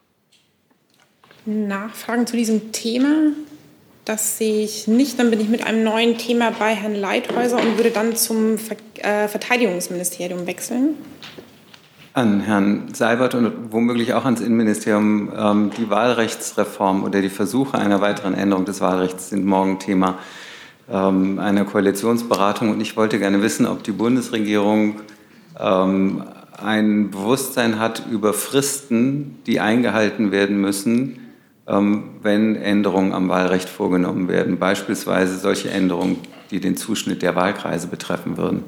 Nachfragen zu diesem Thema? Das sehe ich nicht. Dann bin ich mit einem neuen Thema bei Herrn Leithäuser und würde dann zum Ver- äh, Verteidigungsministerium wechseln. An Herrn Seibert und womöglich auch ans Innenministerium. Ähm, die Wahlrechtsreform oder die Versuche einer weiteren Änderung des Wahlrechts sind morgen Thema ähm, einer Koalitionsberatung. Und ich wollte gerne wissen, ob die Bundesregierung ähm, ein Bewusstsein hat über Fristen, die eingehalten werden müssen, wenn Änderungen am Wahlrecht vorgenommen werden, beispielsweise solche Änderungen, die den Zuschnitt der Wahlkreise betreffen würden?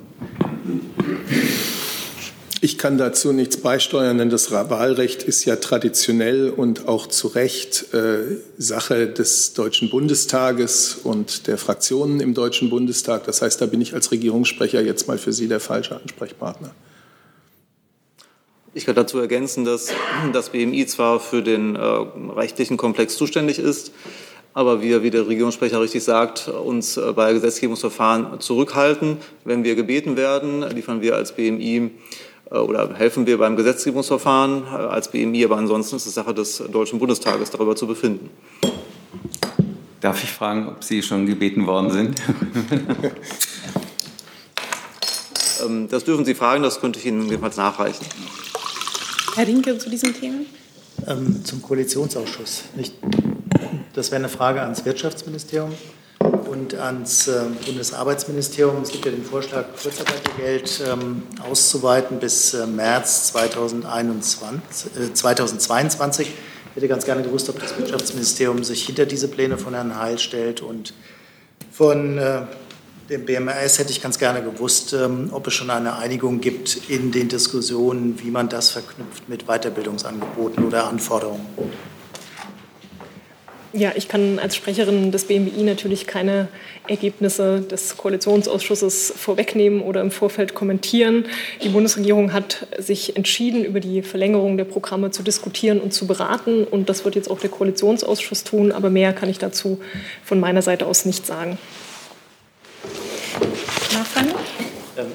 Ich kann dazu nichts beisteuern, denn das Wahlrecht ist ja traditionell und auch zu Recht äh, Sache des Deutschen Bundestages und der Fraktionen im Deutschen Bundestag. Das heißt, da bin ich als Regierungssprecher jetzt mal für Sie der falsche Ansprechpartner. Ich kann dazu ergänzen, dass das B M I zwar für den äh, rechtlichen Komplex zuständig ist, aber wir, wie der Regierungssprecher richtig sagt, uns äh, bei Gesetzgebungsverfahren zurückhalten. Wenn wir gebeten werden, liefern wir als B M I äh, oder helfen wir beim Gesetzgebungsverfahren äh, als B M I, aber ansonsten ist es Sache des Deutschen Bundestages, darüber zu befinden. Darf ich fragen, ob Sie schon gebeten worden sind? ähm, das dürfen Sie fragen, das könnte ich Ihnen jedenfalls nachreichen. Herr Rinke zu diesem Thema? Ähm, zum Koalitionsausschuss. Nicht, das wäre eine Frage ans Wirtschaftsministerium und ans äh, Bundesarbeitsministerium. Es gibt ja den Vorschlag, Kurzarbeitergeld ähm, auszuweiten bis äh, März zweitausendeinundzwanzig, äh, zweitausendzweiundzwanzig. Ich hätte ganz gerne gewusst, ob das Wirtschaftsministerium sich hinter diese Pläne von Herrn Heil stellt. Und von äh, dem B M A S hätte ich ganz gerne gewusst, ähm, ob es schon eine Einigung gibt in den Diskussionen, wie man das verknüpft mit Weiterbildungsangeboten oder Anforderungen. Ja, ich kann als Sprecherin des B M W I natürlich keine Ergebnisse des Koalitionsausschusses vorwegnehmen oder im Vorfeld kommentieren. Die Bundesregierung hat sich entschieden, über die Verlängerung der Programme zu diskutieren und zu beraten. Und das wird jetzt auch der Koalitionsausschuss tun. Aber mehr kann ich dazu von meiner Seite aus nicht sagen. Nachfrage? Ähm,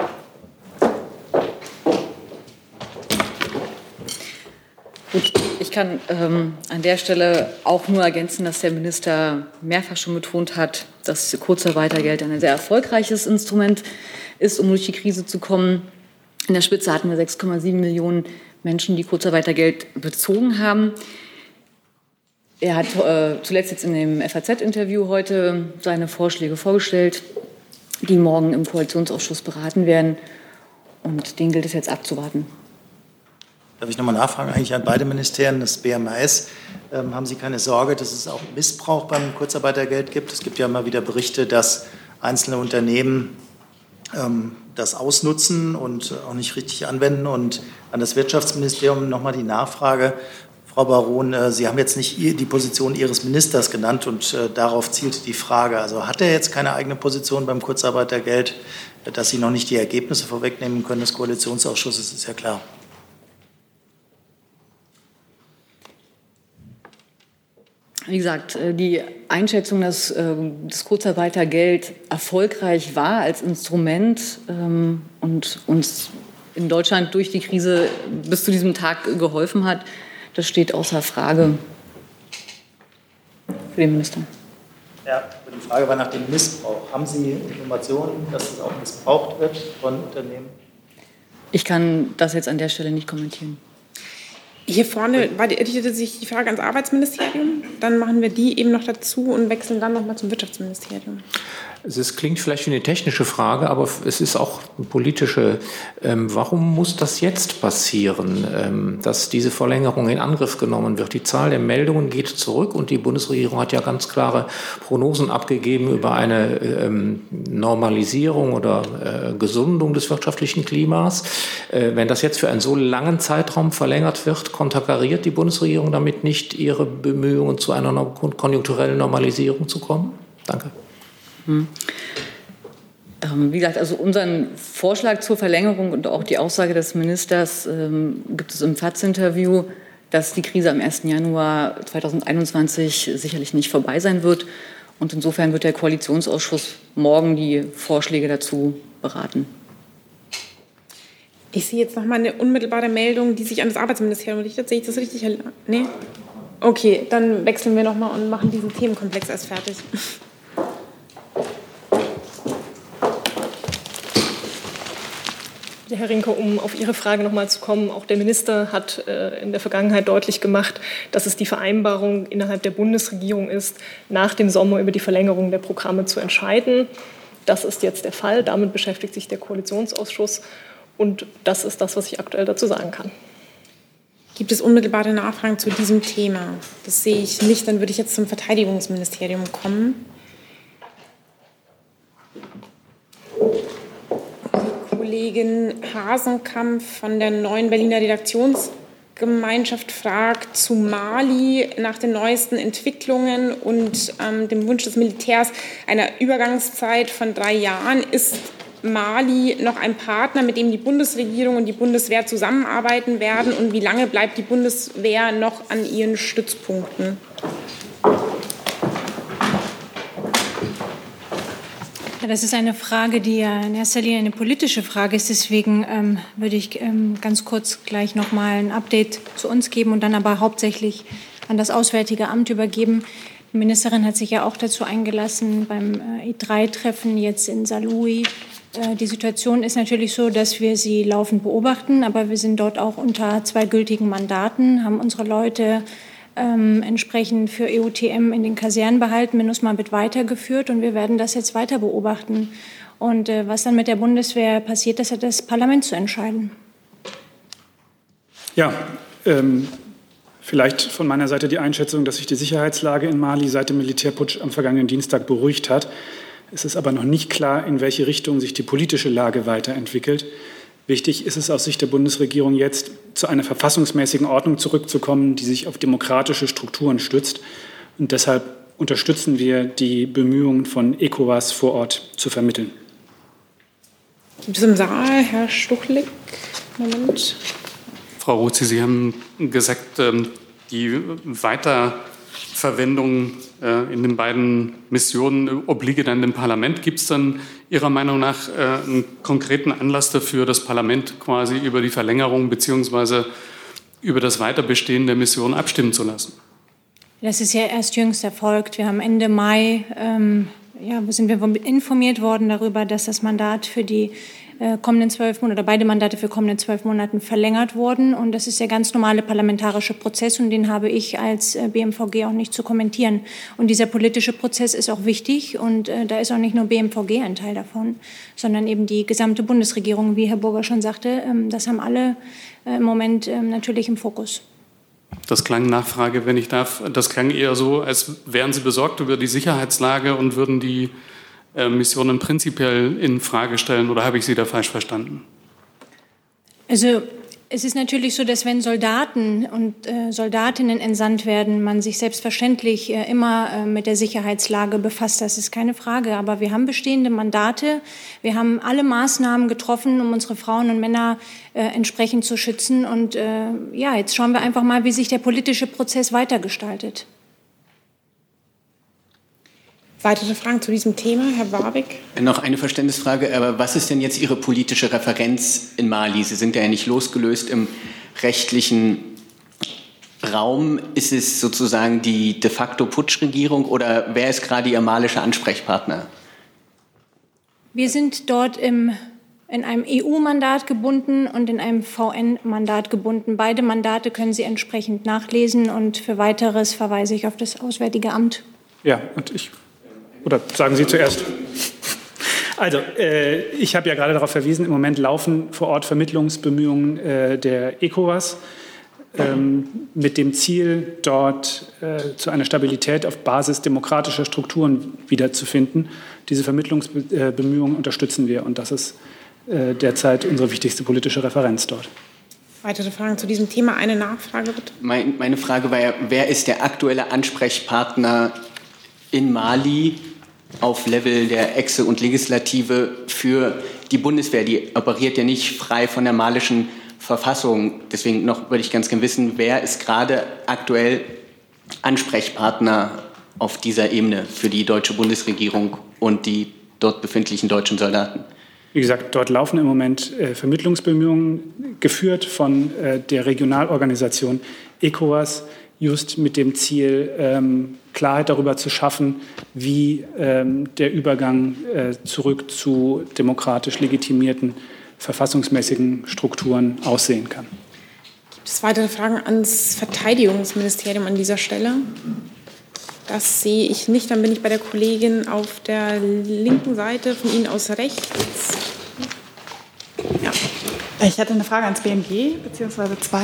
Gut, ich kann ähm, an der Stelle auch nur ergänzen, dass der Minister mehrfach schon betont hat, dass Kurzarbeitergeld ein sehr erfolgreiches Instrument ist, um durch die Krise zu kommen. In der Spitze hatten wir sechs Komma sieben Millionen Menschen, die Kurzarbeitergeld bezogen haben. Er hat äh, zuletzt jetzt in dem F A Z-Interview heute seine Vorschläge vorgestellt, die morgen im Koalitionsausschuss beraten werden. Und den gilt es jetzt abzuwarten. Darf ich nochmal nachfragen, eigentlich an beide Ministerien, das B M A S, ähm, haben Sie keine Sorge, dass es auch Missbrauch beim Kurzarbeitergeld gibt? Es gibt ja immer wieder Berichte, dass einzelne Unternehmen ähm, das ausnutzen und auch nicht richtig anwenden. Und an das Wirtschaftsministerium nochmal die Nachfrage. Frau Baron, äh, Sie haben jetzt nicht die Position Ihres Ministers genannt und äh, darauf zielte die Frage. Also hat er jetzt keine eigene Position beim Kurzarbeitergeld, dass Sie noch nicht die Ergebnisse vorwegnehmen können des Koalitionsausschusses, ist ja klar. Wie gesagt, die Einschätzung, dass das Kurzarbeitergeld erfolgreich war als Instrument und uns in Deutschland durch die Krise bis zu diesem Tag geholfen hat, das steht außer Frage für den Minister. Ja, die Frage war nach dem Missbrauch. Haben Sie Informationen, dass es auch missbraucht wird von Unternehmen? Ich kann das jetzt an der Stelle nicht kommentieren. Hier vorne war die, richtete sich die Frage ans Arbeitsministerium. Dann machen wir die eben noch dazu und wechseln dann nochmal zum Wirtschaftsministerium. Es klingt vielleicht wie eine technische Frage, aber es ist auch eine politische. Ähm, warum muss das jetzt passieren, ähm, dass diese Verlängerung in Angriff genommen wird? Die Zahl der Meldungen geht zurück und die Bundesregierung hat ja ganz klare Prognosen abgegeben über eine ähm, Normalisierung oder äh, Gesundung des wirtschaftlichen Klimas. Äh, wenn das jetzt für einen so langen Zeitraum verlängert wird, konterkariert die Bundesregierung damit nicht ihre Bemühungen, zu einer konjunkturellen Normalisierung zu kommen? Danke. Hm. Ähm, wie gesagt, also unseren Vorschlag zur Verlängerung und auch die Aussage des Ministers ähm, gibt es im F A Z-Interview, dass die Krise am ersten Januar zweitausendeinundzwanzig sicherlich nicht vorbei sein wird. Und insofern wird der Koalitionsausschuss morgen die Vorschläge dazu beraten. Ich sehe jetzt noch mal eine unmittelbare Meldung, die sich an das Arbeitsministerium richtet. Sehe ich das richtig? Nee? Okay, dann wechseln wir noch mal und machen diesen Themenkomplex erst fertig. Ja, Herr Rinke, um auf Ihre Frage noch mal zu kommen, auch der Minister hat äh, in der Vergangenheit deutlich gemacht, dass es die Vereinbarung innerhalb der Bundesregierung ist, nach dem Sommer über die Verlängerung der Programme zu entscheiden. Das ist jetzt der Fall. Damit beschäftigt sich der Koalitionsausschuss. Und das ist das, was ich aktuell dazu sagen kann. Gibt es unmittelbare Nachfragen zu diesem Thema? Das sehe ich nicht. Dann würde ich jetzt zum Verteidigungsministerium kommen. Die Kollegin Hasenkamp von der Neuen Berliner Redaktionsgemeinschaft fragt zu Mali nach den neuesten Entwicklungen und ähm, dem Wunsch des Militärs einer Übergangszeit von drei Jahren. Ist Mali noch ein Partner, mit dem die Bundesregierung und die Bundeswehr zusammenarbeiten werden? Und wie lange bleibt die Bundeswehr noch an ihren Stützpunkten? Ja, das ist eine Frage, die ja in erster Linie eine politische Frage ist. Deswegen ähm, würde ich ähm, ganz kurz gleich noch mal ein Update zu uns geben und dann aber hauptsächlich an das Auswärtige Amt übergeben. Die Ministerin hat sich ja auch dazu eingelassen beim äh, E drei Treffen jetzt in Saarlouis. Äh, die Situation ist natürlich so, dass wir sie laufend beobachten, aber wir sind dort auch unter zwei gültigen Mandaten, haben unsere Leute ähm, entsprechend für E U T M in den Kasernen behalten, MINUSMA wird weitergeführt und wir werden das jetzt weiter beobachten. Und äh, was dann mit der Bundeswehr passiert, das hat das Parlament zu entscheiden. Ja, ähm vielleicht von meiner Seite die Einschätzung, dass sich die Sicherheitslage in Mali seit dem Militärputsch am vergangenen Dienstag beruhigt hat. Es ist aber noch nicht klar, in welche Richtung sich die politische Lage weiterentwickelt. Wichtig ist es aus Sicht der Bundesregierung jetzt, zu einer verfassungsmäßigen Ordnung zurückzukommen, die sich auf demokratische Strukturen stützt. Und deshalb unterstützen wir die Bemühungen von ECOWAS vor Ort zu vermitteln. Gibt es im Saal Herr Stuchlik? Moment. Frau Rozi, Sie haben gesagt, die Weiterverwendung in den beiden Missionen obliege dann dem Parlament. Gibt es dann Ihrer Meinung nach einen konkreten Anlass dafür, das Parlament quasi über die Verlängerung bzw. über das Weiterbestehen der Mission abstimmen zu lassen? Das ist ja erst jüngst erfolgt. Wir haben Ende Mai, ähm, ja, sind wir informiert worden darüber, dass das Mandat für die kommenden zwölf Monate, oder beide Mandate für kommende zwölf Monaten verlängert wurden. Und das ist der ganz normale parlamentarische Prozess und den habe ich als B M V G auch nicht zu kommentieren. Und dieser politische Prozess ist auch wichtig und äh, da ist auch nicht nur B M V G ein Teil davon, sondern eben die gesamte Bundesregierung, wie Herr Burger schon sagte. Ähm, das haben alle äh, im Moment äh, natürlich im Fokus. Das klang, Nachfrage, wenn ich darf, das klang eher so, als wären Sie besorgt über die Sicherheitslage und würden die Missionen prinzipiell in Frage stellen, oder habe ich Sie da falsch verstanden? Also es ist natürlich so, dass wenn Soldaten und äh, Soldatinnen entsandt werden, man sich selbstverständlich äh, immer äh, mit der Sicherheitslage befasst. Das ist keine Frage. Aber wir haben bestehende Mandate. Wir haben alle Maßnahmen getroffen, um unsere Frauen und Männer äh, entsprechend zu schützen. Und äh, ja, jetzt schauen wir einfach mal, wie sich der politische Prozess weitergestaltet. Weitere Fragen zu diesem Thema, Herr Warwick? Noch eine Verständnisfrage, aber was ist denn jetzt Ihre politische Referenz in Mali? Sie sind ja nicht losgelöst im rechtlichen Raum. Ist es sozusagen die de facto Putschregierung oder wer ist gerade Ihr malischer Ansprechpartner? Wir sind dort im, in einem E U-Mandat gebunden und in einem V N-Mandat gebunden. Beide Mandate können Sie entsprechend nachlesen und für Weiteres verweise ich auf das Auswärtige Amt. Ja, und ich... Oder sagen Sie zuerst. Also, äh, ich habe ja gerade darauf verwiesen, im Moment laufen vor Ort Vermittlungsbemühungen äh, der ECOWAS ähm, mit dem Ziel, dort äh, zu einer Stabilität auf Basis demokratischer Strukturen wiederzufinden. Diese Vermittlungsbemühungen unterstützen wir und das ist äh, derzeit unsere wichtigste politische Referenz dort. Weitere Fragen zu diesem Thema? Eine Nachfrage bitte. Mein, meine Frage war ja, wer ist der aktuelle Ansprechpartner in Mali auf Level der Exe und Legislative für die Bundeswehr? Die operiert ja nicht frei von der malischen Verfassung. Deswegen noch würde ich ganz gerne wissen, wer ist gerade aktuell Ansprechpartner auf dieser Ebene für die deutsche Bundesregierung und die dort befindlichen deutschen Soldaten? Wie gesagt, dort laufen im Moment äh, Vermittlungsbemühungen, geführt von äh, der Regionalorganisation ECOWAS, just mit dem Ziel, ähm, Klarheit darüber zu schaffen, wie ähm, der Übergang äh, zurück zu demokratisch legitimierten, verfassungsmäßigen Strukturen aussehen kann. Gibt es weitere Fragen ans Verteidigungsministerium an dieser Stelle? Das sehe ich nicht. Dann bin ich bei der Kollegin auf der linken Seite, von Ihnen aus rechts. Ja. Ich hätte eine Frage ans B M G, beziehungsweise zwei.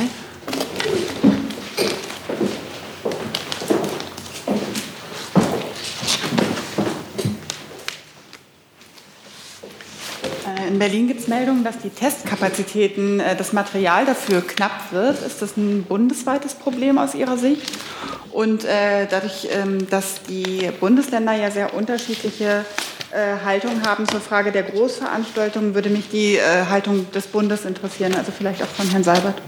In Berlin gibt es Meldungen, dass die Testkapazitäten, das Material dafür knapp wird. Ist das ein bundesweites Problem aus Ihrer Sicht? Und äh, dadurch, ähm, dass die Bundesländer ja sehr unterschiedliche äh, Haltungen haben zur Frage der Großveranstaltungen, würde mich die äh, Haltung des Bundes interessieren, also vielleicht auch von Herrn Seibert.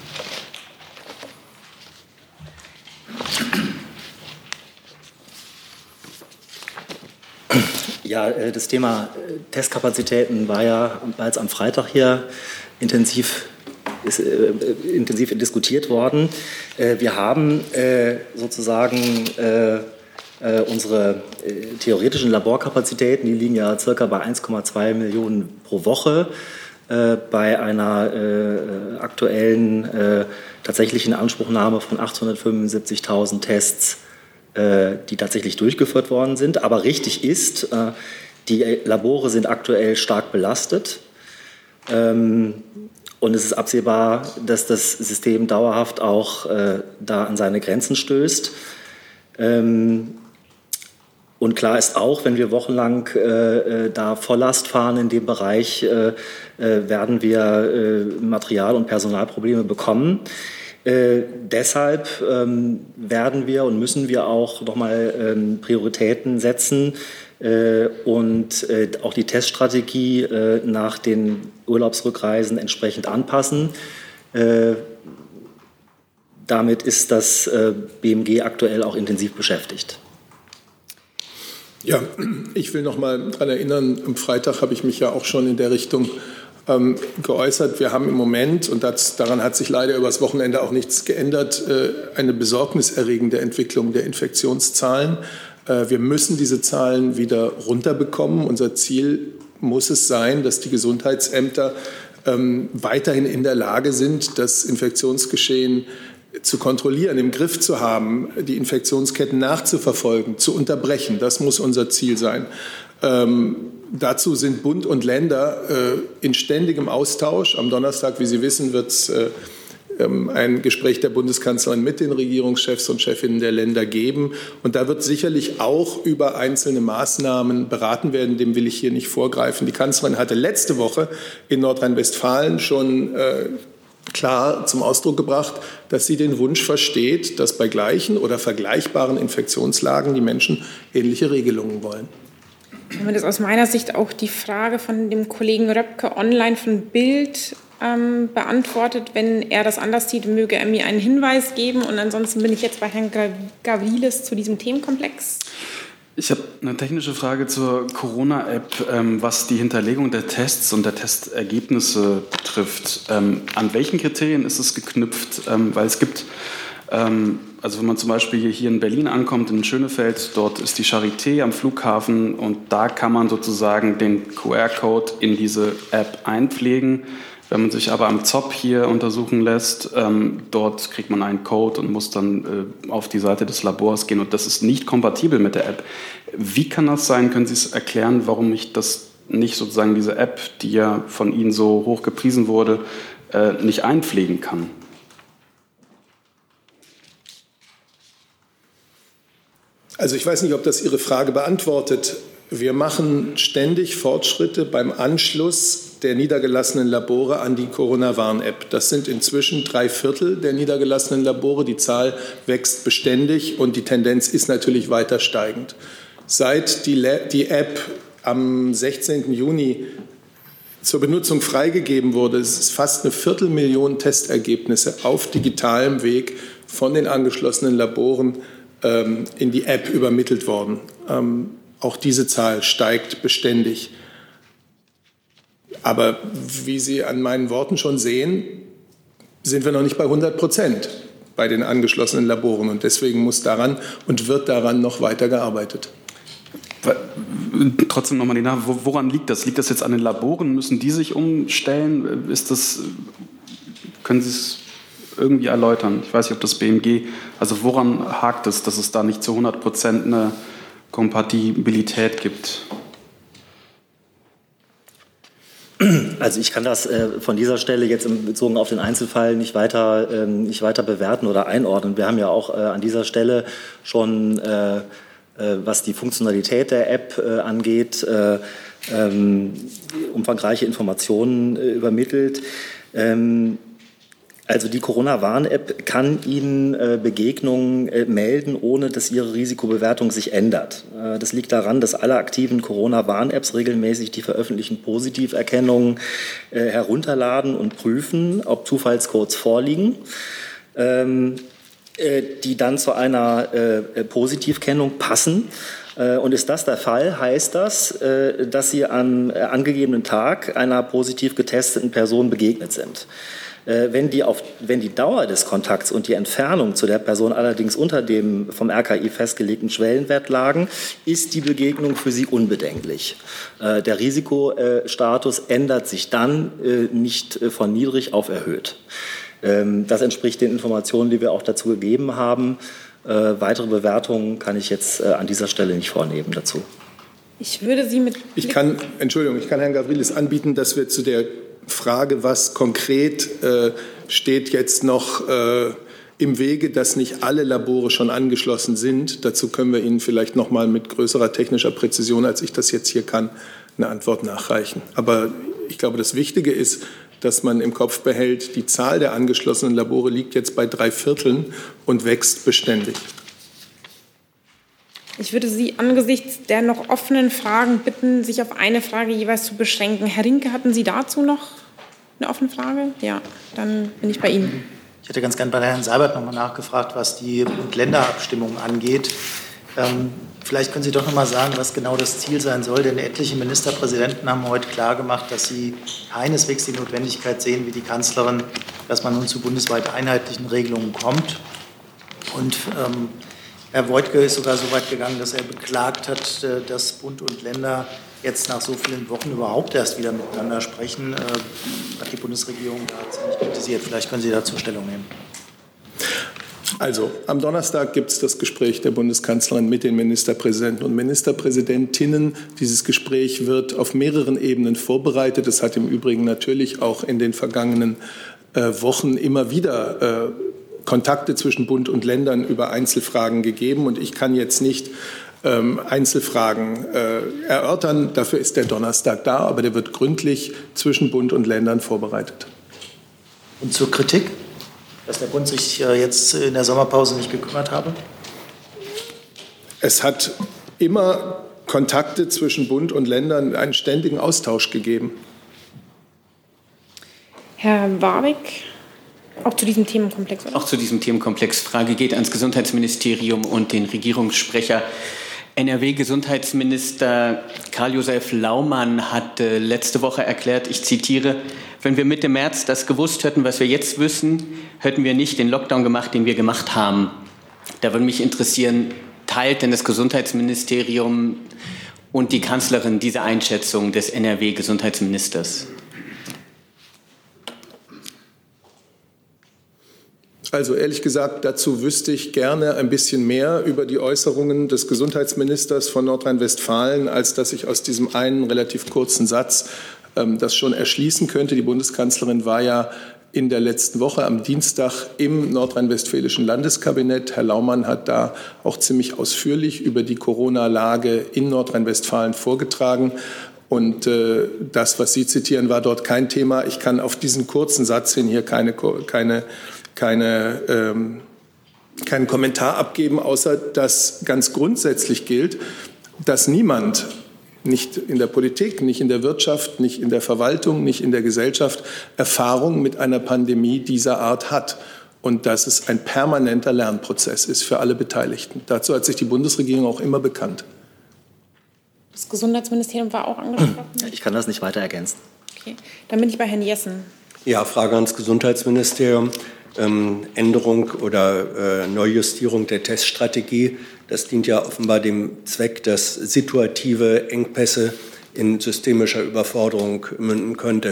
Ja, das Thema Testkapazitäten war ja bereits am Freitag hier intensiv, ist, äh, intensiv diskutiert worden. Äh, wir haben äh, sozusagen äh, äh, unsere äh, theoretischen Laborkapazitäten, die liegen ja circa bei eins Komma zwei Millionen pro Woche. Äh, bei einer äh, aktuellen äh, tatsächlichen Anspruchnahme von achthundertfünfundsiebzigtausend Tests, die tatsächlich durchgeführt worden sind. Aber richtig ist, die Labore sind aktuell stark belastet. Und es ist absehbar, dass das System dauerhaft auch da an seine Grenzen stößt. Und klar ist auch, wenn wir wochenlang da Volllast fahren in dem Bereich, werden wir Material- und Personalprobleme bekommen. Äh, deshalb ähm, werden wir und müssen wir auch nochmal ähm, Prioritäten setzen äh, und äh, auch die Teststrategie äh, nach den Urlaubsrückreisen entsprechend anpassen. Äh, damit ist das äh, B M G aktuell auch intensiv beschäftigt. Ja, ich will noch mal daran erinnern, am Freitag habe ich mich ja auch schon in der Richtung Ähm, geäußert. Wir haben im Moment, und das, daran hat sich leider übers Wochenende auch nichts geändert, äh, eine besorgniserregende Entwicklung der Infektionszahlen. Äh, wir müssen diese Zahlen wieder runterbekommen. Unser Ziel muss es sein, dass die Gesundheitsämter ähm, weiterhin in der Lage sind, das Infektionsgeschehen zu kontrollieren, im Griff zu haben, die Infektionsketten nachzuverfolgen, zu unterbrechen. Das muss unser Ziel sein. Ähm, dazu sind Bund und Länder äh, in ständigem Austausch. Am Donnerstag, wie Sie wissen, wird es äh, ähm, ein Gespräch der Bundeskanzlerin mit den Regierungschefs und Chefinnen der Länder geben. Und da wird sicherlich auch über einzelne Maßnahmen beraten werden. Dem will ich hier nicht vorgreifen. Die Kanzlerin hatte letzte Woche in Nordrhein-Westfalen schon äh, klar zum Ausdruck gebracht, dass sie den Wunsch versteht, dass bei gleichen oder vergleichbaren Infektionslagen die Menschen ähnliche Regelungen wollen. Das ist aus meiner Sicht auch die Frage von dem Kollegen Röpke online von Bild ähm, beantwortet. Wenn er das anders sieht, möge er mir einen Hinweis geben. Und ansonsten bin ich jetzt bei Herrn Gavrilis zu diesem Themenkomplex. Ich habe eine technische Frage zur Corona-App, ähm, was die Hinterlegung der Tests und der Testergebnisse betrifft. Ähm, an welchen Kriterien ist es geknüpft? Ähm, weil es gibt, ähm, also wenn man zum Beispiel hier in Berlin ankommt, in Schönefeld, dort ist die Charité am Flughafen und da kann man sozusagen den Q R-Code in diese App einpflegen. Wenn man sich aber am Z O P hier untersuchen lässt, ähm, dort kriegt man einen Code und muss dann äh, auf die Seite des Labors gehen. Und das ist nicht kompatibel mit der App. Wie kann das sein? Können Sie es erklären, warum ich das nicht sozusagen diese App, die ja von Ihnen so hoch gepriesen wurde, äh, nicht einpflegen kann? Also ich weiß nicht, ob das Ihre Frage beantwortet. Wir machen ständig Fortschritte beim Anschluss der niedergelassenen Labore an die Corona-Warn-App. Das sind inzwischen drei Viertel der niedergelassenen Labore. Die Zahl wächst beständig und die Tendenz ist natürlich weiter steigend. Seit die, die App am sechzehnten Juni zur Benutzung freigegeben wurde, es ist fast eine Viertelmillion Testergebnisse auf digitalem Weg von den angeschlossenen Laboren ähm, in die App übermittelt worden. Ähm, auch diese Zahl steigt beständig. Aber wie Sie an meinen Worten schon sehen, sind wir noch nicht bei hundert Prozent bei den angeschlossenen Laboren. Und deswegen muss daran und wird daran noch weiter gearbeitet. Trotzdem nochmal die Nachfrage, woran liegt das? Liegt das jetzt an den Laboren? Müssen die sich umstellen? Ist das, können Sie es irgendwie erläutern? Ich weiß nicht, ob das B M G, also woran hakt es, dass es da nicht zu hundert Prozent eine Kompatibilität gibt? Also ich kann das äh, von dieser Stelle jetzt bezogen auf den Einzelfall nicht weiter, ähm, nicht weiter bewerten oder einordnen. Wir haben ja auch äh, an dieser Stelle schon, äh, äh, was die Funktionalität der App äh, angeht, äh, ähm, umfangreiche Informationen äh, übermittelt. Ähm, Also die Corona-Warn-App kann Ihnen äh, Begegnungen äh, melden, ohne dass Ihre Risikobewertung sich ändert. Äh, das liegt daran, dass alle aktiven Corona-Warn-Apps regelmäßig die veröffentlichten Positiverkennungen äh, herunterladen und prüfen, ob Zufallscodes vorliegen, ähm, äh, die dann zu einer äh, Positivkennung passen. Äh, und ist das der Fall, heißt das, äh, dass Sie am äh, angegebenen Tag einer positiv getesteten Person begegnet sind. Wenn die, auf, wenn die Dauer des Kontakts und die Entfernung zu der Person allerdings unter dem vom R K I festgelegten Schwellenwert lagen, ist die Begegnung für sie unbedenklich. Der Risikostatus ändert sich dann nicht von niedrig auf erhöht. Das entspricht den Informationen, die wir auch dazu gegeben haben. Weitere Bewertungen kann ich jetzt an dieser Stelle nicht vornehmen dazu. Ich würde Sie mit... Ich kann, Entschuldigung, ich kann Herrn Gavrilis anbieten, dass wir zu der Frage, was konkret äh, steht jetzt noch äh, im Wege, dass nicht alle Labore schon angeschlossen sind. Dazu können wir Ihnen vielleicht noch mal mit größerer technischer Präzision, als ich das jetzt hier kann, eine Antwort nachreichen. Aber ich glaube, das Wichtige ist, dass man im Kopf behält, die Zahl der angeschlossenen Labore liegt jetzt bei drei Vierteln und wächst beständig. Ich würde Sie angesichts der noch offenen Fragen bitten, sich auf eine Frage jeweils zu beschränken. Herr Rinke, hatten Sie dazu noch eine offene Frage? Ja, dann bin ich bei Ihnen. Ich hätte ganz gern bei Herrn Seibert noch mal nachgefragt, was die Bund-Länder-Abstimmung angeht. Ähm, vielleicht können Sie doch noch mal sagen, was genau das Ziel sein soll, denn etliche Ministerpräsidenten haben heute klargemacht, dass sie keineswegs die Notwendigkeit sehen, wie die Kanzlerin, dass man nun zu bundesweit einheitlichen Regelungen kommt. Und ähm, Herr Woidke ist sogar so weit gegangen, dass er beklagt hat, dass Bund und Länder jetzt nach so vielen Wochen überhaupt erst wieder miteinander sprechen. Hat die Bundesregierung da ziemlich kritisiert. Vielleicht können Sie dazu Stellung nehmen. Also, am Donnerstag gibt es das Gespräch der Bundeskanzlerin mit den Ministerpräsidenten und Ministerpräsidentinnen. Dieses Gespräch wird auf mehreren Ebenen vorbereitet. Es hat im Übrigen natürlich auch in den vergangenen äh, Wochen immer wieder äh, Kontakte zwischen Bund und Ländern über Einzelfragen gegeben. Und ich kann jetzt nicht ähm, Einzelfragen äh, erörtern. Dafür ist der Donnerstag da, aber der wird gründlich zwischen Bund und Ländern vorbereitet. Und zur Kritik, dass der Bund sich äh, jetzt in der Sommerpause nicht gekümmert habe? Es hat immer Kontakte zwischen Bund und Ländern, einen ständigen Austausch gegeben. Herr Warwick. Auch zu diesem Themenkomplex, oder? Auch zu diesem Themenkomplex. Frage geht ans Gesundheitsministerium und den Regierungssprecher. N R W-Gesundheitsminister Karl-Josef Laumann hat äh, letzte Woche erklärt, ich zitiere, wenn wir Mitte März das gewusst hätten, was wir jetzt wissen, hätten wir nicht den Lockdown gemacht, den wir gemacht haben. Da würde mich interessieren, teilt denn das Gesundheitsministerium und die Kanzlerin diese Einschätzung des N R W-Gesundheitsministers? Also ehrlich gesagt, dazu wüsste ich gerne ein bisschen mehr über die Äußerungen des Gesundheitsministers von Nordrhein-Westfalen, als dass ich aus diesem einen relativ kurzen Satz ähm, das schon erschließen könnte. Die Bundeskanzlerin war ja in der letzten Woche am Dienstag im nordrhein-westfälischen Landeskabinett. Herr Laumann hat da auch ziemlich ausführlich über die Corona-Lage in Nordrhein-Westfalen vorgetragen. Und äh, das, was Sie zitieren, war dort kein Thema. Ich kann auf diesen kurzen Satz hin hier keine, keine Keine, ähm, keinen Kommentar abgeben, außer dass ganz grundsätzlich gilt, dass niemand, nicht in der Politik, nicht in der Wirtschaft, nicht in der Verwaltung, nicht in der Gesellschaft, Erfahrung mit einer Pandemie dieser Art hat und dass es ein permanenter Lernprozess ist für alle Beteiligten. Dazu hat sich die Bundesregierung auch immer bekannt. Das Gesundheitsministerium war auch angesprochen. Ich kann das nicht weiter ergänzen. Okay, dann bin ich bei Herrn Jessen. Ja, Frage ans Gesundheitsministerium. Ähm, Änderung oder äh, Neujustierung der Teststrategie. Das dient ja offenbar dem Zweck, dass situative Engpässe in systemischer Überforderung münden könnte.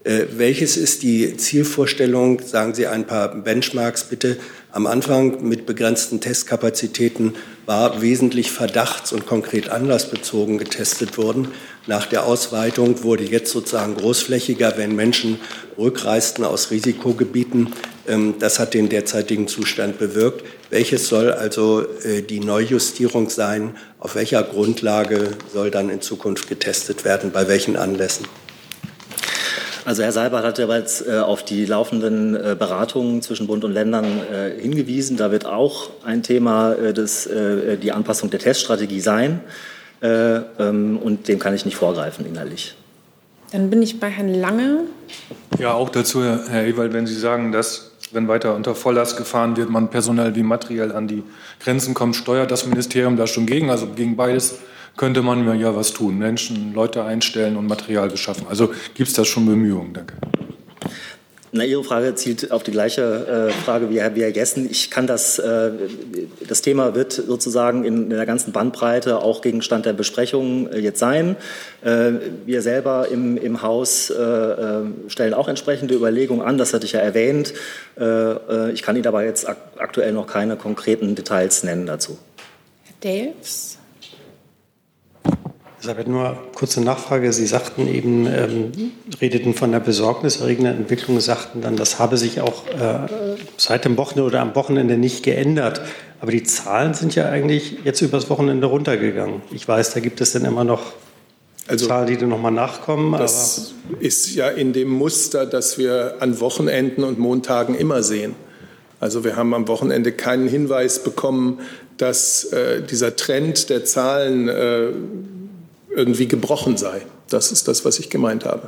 Äh, welches ist die Zielvorstellung? Sagen Sie ein paar Benchmarks bitte. Am Anfang mit begrenzten Testkapazitäten war wesentlich verdachts- und konkret anlassbezogen getestet worden. Nach der Ausweitung wurde jetzt sozusagen großflächiger, wenn Menschen rückreisten aus Risikogebieten. Das hat den derzeitigen Zustand bewirkt. Welches soll also die Neujustierung sein? Auf welcher Grundlage soll dann in Zukunft getestet werden? Bei welchen Anlässen? Also Herr Seibert hat ja bereits äh, auf die laufenden äh, Beratungen zwischen Bund und Ländern äh, hingewiesen. Da wird auch ein Thema äh, des, äh, die Anpassung der Teststrategie sein. Äh, ähm, und dem kann ich nicht vorgreifen inhaltlich. Dann bin ich bei Herrn Lange. Ja, auch dazu, Herr Ewald, wenn Sie sagen, dass, wenn weiter unter Volllast gefahren wird, man personell wie materiell an die Grenzen kommt, steuert das Ministerium da schon gegen, also gegen beides könnte man ja was tun, Menschen, Leute einstellen und Material beschaffen. Also gibt es da schon Bemühungen? Danke. Na, Ihre Frage zielt auf die gleiche äh, Frage wie Herr, wie Herr Jessen. Ich kann das, äh, das Thema wird sozusagen in, in der ganzen Bandbreite auch Gegenstand der Besprechungen äh, jetzt sein. Äh, wir selber im, im Haus äh, stellen auch entsprechende Überlegungen an, das hatte ich ja erwähnt. Äh, ich kann Ihnen aber jetzt ak aktuell noch keine konkreten Details nennen dazu. Herr Delfs. Elisabeth, nur kurze Nachfrage. Sie sagten eben, ähm, redeten von der besorgniserregenden Entwicklung, sagten dann, das habe sich auch äh, seit dem Wochenende oder am Wochenende nicht geändert. Aber die Zahlen sind ja eigentlich jetzt übers Wochenende runtergegangen. Ich weiß, da gibt es dann immer noch also, Zahlen, die dann nochmal nachkommen. Das aber ist ja in dem Muster, das wir an Wochenenden und Montagen immer sehen. Also wir haben am Wochenende keinen Hinweis bekommen, dass äh, dieser Trend der Zahlen äh, irgendwie gebrochen sei. Das ist das, was ich gemeint habe.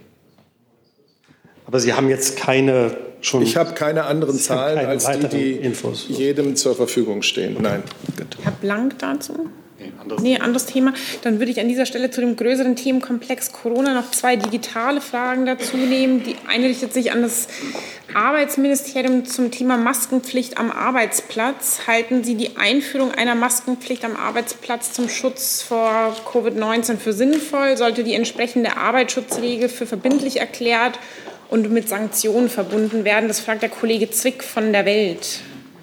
Aber Sie haben jetzt keine schon... Ich habe keine anderen Sie Zahlen keine als die, die Infos. jedem zur Verfügung stehen. Nein. Herr Blank dazu? Nee, anderes Thema. Dann würde ich an dieser Stelle zu dem größeren Themenkomplex Corona noch zwei digitale Fragen dazu nehmen. Die eine richtet sich an das Arbeitsministerium zum Thema Maskenpflicht am Arbeitsplatz. Halten Sie die Einführung einer Maskenpflicht am Arbeitsplatz zum Schutz vor Covid neunzehn für sinnvoll? Sollte die entsprechende Arbeitsschutzregel für verbindlich erklärt und mit Sanktionen verbunden werden? Das fragt der Kollege Zwick von der Welt.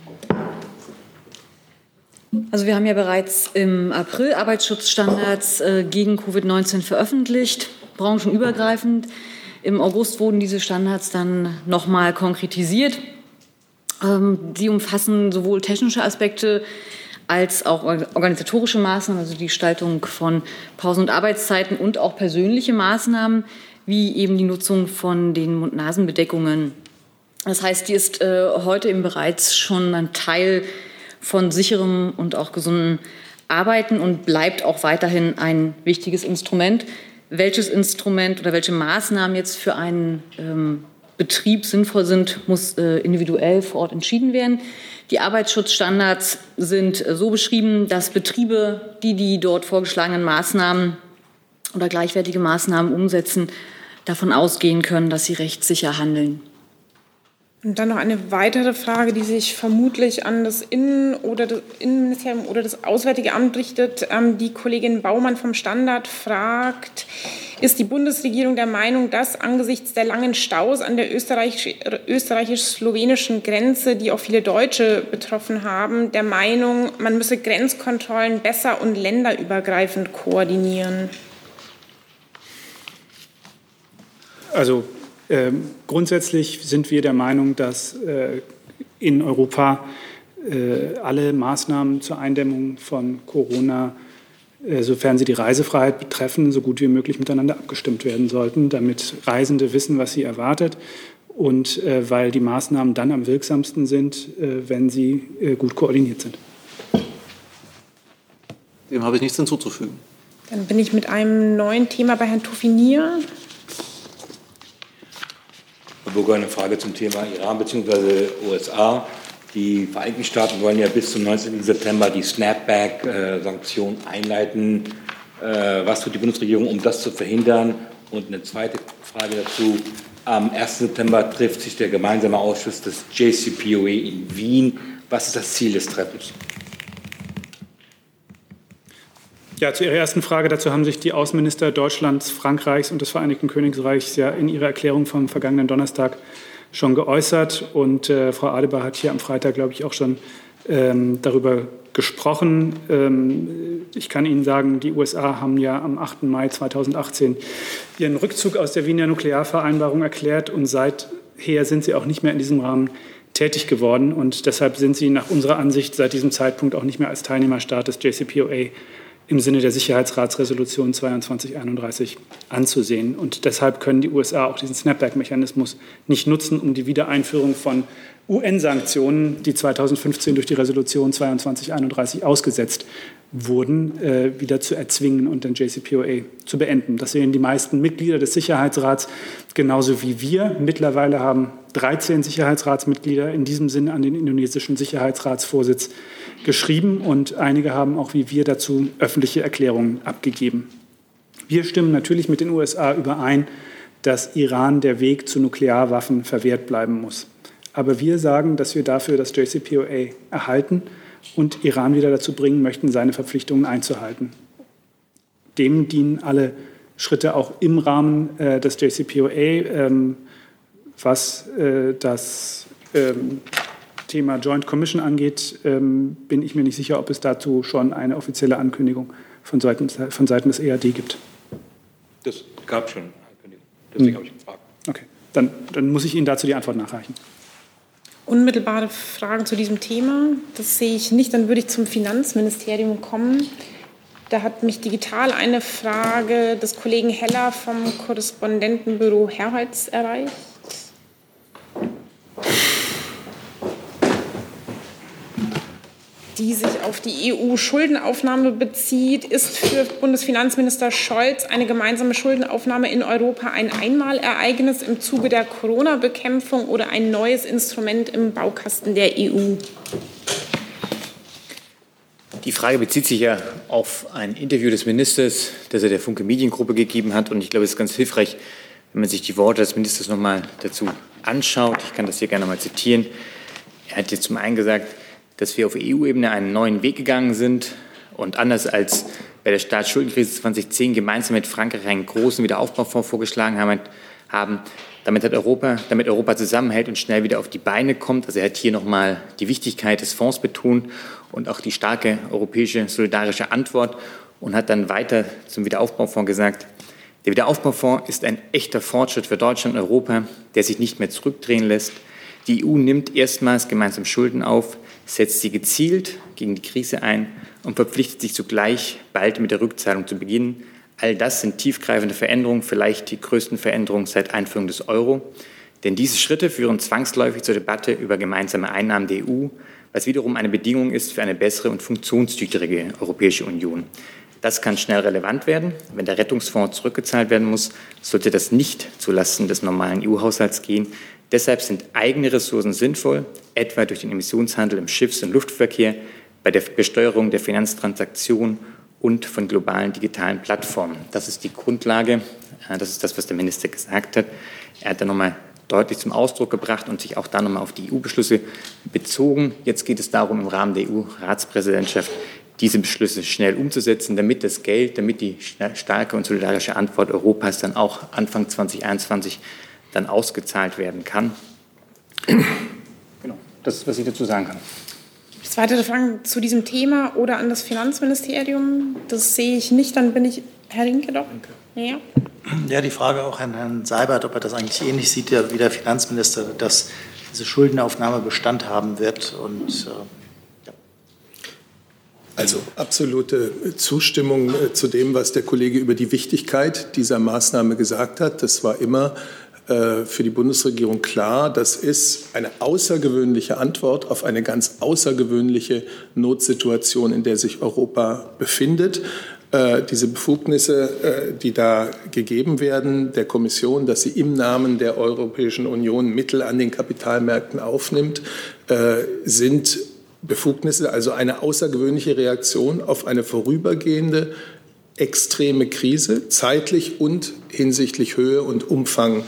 Also wir haben ja bereits im April Arbeitsschutzstandards äh, gegen Covid neunzehn veröffentlicht, branchenübergreifend. Im August wurden diese Standards dann noch mal konkretisiert. Ähm, die umfassen sowohl technische Aspekte als auch organisatorische Maßnahmen, also die Gestaltung von Pausen- und Arbeitszeiten und auch persönliche Maßnahmen, wie eben die Nutzung von den Mund-Nasen-Bedeckungen. Das heißt, die ist äh, heute eben bereits schon ein Teil von sicherem und auch gesundem Arbeiten und bleibt auch weiterhin ein wichtiges Instrument. Welches Instrument oder welche Maßnahmen jetzt für einen ähm, Betrieb sinnvoll sind, muss äh, individuell vor Ort entschieden werden. Die Arbeitsschutzstandards sind äh, so beschrieben, dass Betriebe, die die dort vorgeschlagenen Maßnahmen oder gleichwertige Maßnahmen umsetzen, davon ausgehen können, dass sie rechtssicher handeln. Und dann noch eine weitere Frage, die sich vermutlich an das Innen- oder das Innenministerium oder das Auswärtige Amt richtet. Ähm, die Kollegin Baumann vom Standard fragt, ist die Bundesregierung der Meinung, dass angesichts der langen Staus an der österreichisch- österreichisch-slowenischen Grenze, die auch viele Deutsche betroffen haben, der Meinung, man müsse Grenzkontrollen besser und länderübergreifend koordinieren? Also Ähm, grundsätzlich sind wir der Meinung, dass äh, in Europa äh, alle Maßnahmen zur Eindämmung von Corona, äh, sofern sie die Reisefreiheit betreffen, so gut wie möglich miteinander abgestimmt werden sollten, damit Reisende wissen, was sie erwartet und äh, weil die Maßnahmen dann am wirksamsten sind, äh, wenn sie äh, gut koordiniert sind. Dem habe ich nichts hinzuzufügen. Dann bin ich mit einem neuen Thema bei Herrn Toffinier. Herr Burger, eine Frage zum Thema Iran bzw. U S A. Die Vereinigten Staaten wollen ja bis zum neunzehnten September die Snapback-Sanktionen einleiten. Was tut die Bundesregierung, um das zu verhindern? Und eine zweite Frage dazu. Am ersten September trifft sich der gemeinsame Ausschuss des J C P O A in Wien. Was ist das Ziel des Treffens? Ja, zu Ihrer ersten Frage. Dazu haben sich die Außenminister Deutschlands, Frankreichs und des Vereinigten Königreichs ja in ihrer Erklärung vom vergangenen Donnerstag schon geäußert. Und äh, Frau Adebar hat hier am Freitag, glaube ich, auch schon ähm, darüber gesprochen. Ähm, ich kann Ihnen sagen, die U S A haben ja am achten Mai zweitausendachtzehn ihren Rückzug aus der Wiener Nuklearvereinbarung erklärt. Und seither sind sie auch nicht mehr in diesem Rahmen tätig geworden. Und deshalb sind sie nach unserer Ansicht seit diesem Zeitpunkt auch nicht mehr als Teilnehmerstaat des J C P O A im Sinne der Sicherheitsratsresolution zweiundzwanzig einunddreißig anzusehen. Und deshalb können die U S A auch diesen Snapback-Mechanismus nicht nutzen, um die Wiedereinführung von U N-Sanktionen, die zweitausendfünfzehn durch die Resolution zweiundzwanzig einunddreißig ausgesetzt wurden, äh, wieder zu erzwingen und den J C P O A zu beenden. Das sehen die meisten Mitglieder des Sicherheitsrats genauso wie wir. Mittlerweile haben dreizehn Sicherheitsratsmitglieder in diesem Sinne an den indonesischen Sicherheitsratsvorsitz geschrieben und einige haben auch wie wir dazu öffentliche Erklärungen abgegeben. Wir stimmen natürlich mit den U S A überein, dass Iran der Weg zu Nuklearwaffen verwehrt bleiben muss. Aber wir sagen, dass wir dafür das J C P O A erhalten und Iran wieder dazu bringen möchten, seine Verpflichtungen einzuhalten. Dem dienen alle Schritte auch im Rahmen äh, des J C P O A, ähm, was äh, das ähm, Thema Joint Commission angeht, ähm, bin ich mir nicht sicher, ob es dazu schon eine offizielle Ankündigung von Seiten, von Seiten des E A D gibt. Das gab schon eine Ankündigung. Deswegen hm. habe ich gefragt. Okay, dann, dann muss ich Ihnen dazu die Antwort nachreichen. Unmittelbare Fragen zu diesem Thema, das sehe ich nicht. Dann würde ich zum Finanzministerium kommen. Da hat mich digital eine Frage des Kollegen Heller vom Korrespondentenbüro Herholz erreicht. Die sich auf die E U-Schuldenaufnahme bezieht. Ist für Bundesfinanzminister Scholz eine gemeinsame Schuldenaufnahme in Europa ein Einmalereignis im Zuge der Corona-Bekämpfung oder ein neues Instrument im Baukasten der E U? Die Frage bezieht sich ja auf ein Interview des Ministers, das er der Funke Mediengruppe gegeben hat. Und ich glaube, es ist ganz hilfreich, wenn man sich die Worte des Ministers noch mal dazu anschaut. Ich kann das hier gerne noch mal zitieren. Er hat jetzt zum einen gesagt, dass wir auf E U-Ebene einen neuen Weg gegangen sind und anders als bei der Staatsschuldenkrise zweitausendzehn gemeinsam mit Frankreich einen großen Wiederaufbaufonds vorgeschlagen haben. haben. Damit, hat Europa, damit Europa zusammenhält und schnell wieder auf die Beine kommt. Also er hat hier nochmal die Wichtigkeit des Fonds betont und auch die starke europäische solidarische Antwort und hat dann weiter zum Wiederaufbaufonds gesagt, der Wiederaufbaufonds ist ein echter Fortschritt für Deutschland und Europa, der sich nicht mehr zurückdrehen lässt. Die E U nimmt erstmals gemeinsam Schulden auf, setzt sie gezielt gegen die Krise ein und verpflichtet sich zugleich, bald mit der Rückzahlung zu beginnen. All das sind tiefgreifende Veränderungen, vielleicht die größten Veränderungen seit Einführung des Euro. Denn diese Schritte führen zwangsläufig zur Debatte über gemeinsame Einnahmen der E U, was wiederum eine Bedingung ist für eine bessere und funktionstüchtige Europäische Union. Das kann schnell relevant werden. Wenn der Rettungsfonds zurückgezahlt werden muss, sollte das nicht zulasten des normalen E U-Haushalts gehen. Deshalb sind eigene Ressourcen sinnvoll, etwa durch den Emissionshandel im Schiffs- und Luftverkehr, bei der Besteuerung der Finanztransaktionen und von globalen digitalen Plattformen. Das ist die Grundlage, das ist das, was der Minister gesagt hat. Er hat dann nochmal deutlich zum Ausdruck gebracht und sich auch da nochmal auf die E U-Beschlüsse bezogen. Jetzt geht es darum, im Rahmen der E U-Ratspräsidentschaft diese Beschlüsse schnell umzusetzen, damit das Geld, damit die starke und solidarische Antwort Europas dann auch Anfang zweitausendeinundzwanzig dann ausgezahlt werden kann. Genau, das ist, was ich dazu sagen kann. Gibt es weitere Fragen zu diesem Thema oder an das Finanzministerium? Das sehe ich nicht, dann bin ich Herr Rinke doch. Ja. Ja, die Frage auch an Herrn Seibert, ob er das eigentlich ähnlich sieht wie der Finanzminister, dass diese Schuldenaufnahme Bestand haben wird. Und, äh, ja. Also absolute Zustimmung zu dem, was der Kollege über die Wichtigkeit dieser Maßnahme gesagt hat. Das war immer für die Bundesregierung klar, das ist eine außergewöhnliche Antwort auf eine ganz außergewöhnliche Notsituation, in der sich Europa befindet. Diese Befugnisse, die da gegeben werden, der Kommission, dass sie im Namen der Europäischen Union Mittel an den Kapitalmärkten aufnimmt, sind Befugnisse, also eine außergewöhnliche Reaktion auf eine vorübergehende extreme Krise, zeitlich und hinsichtlich Höhe und Umfang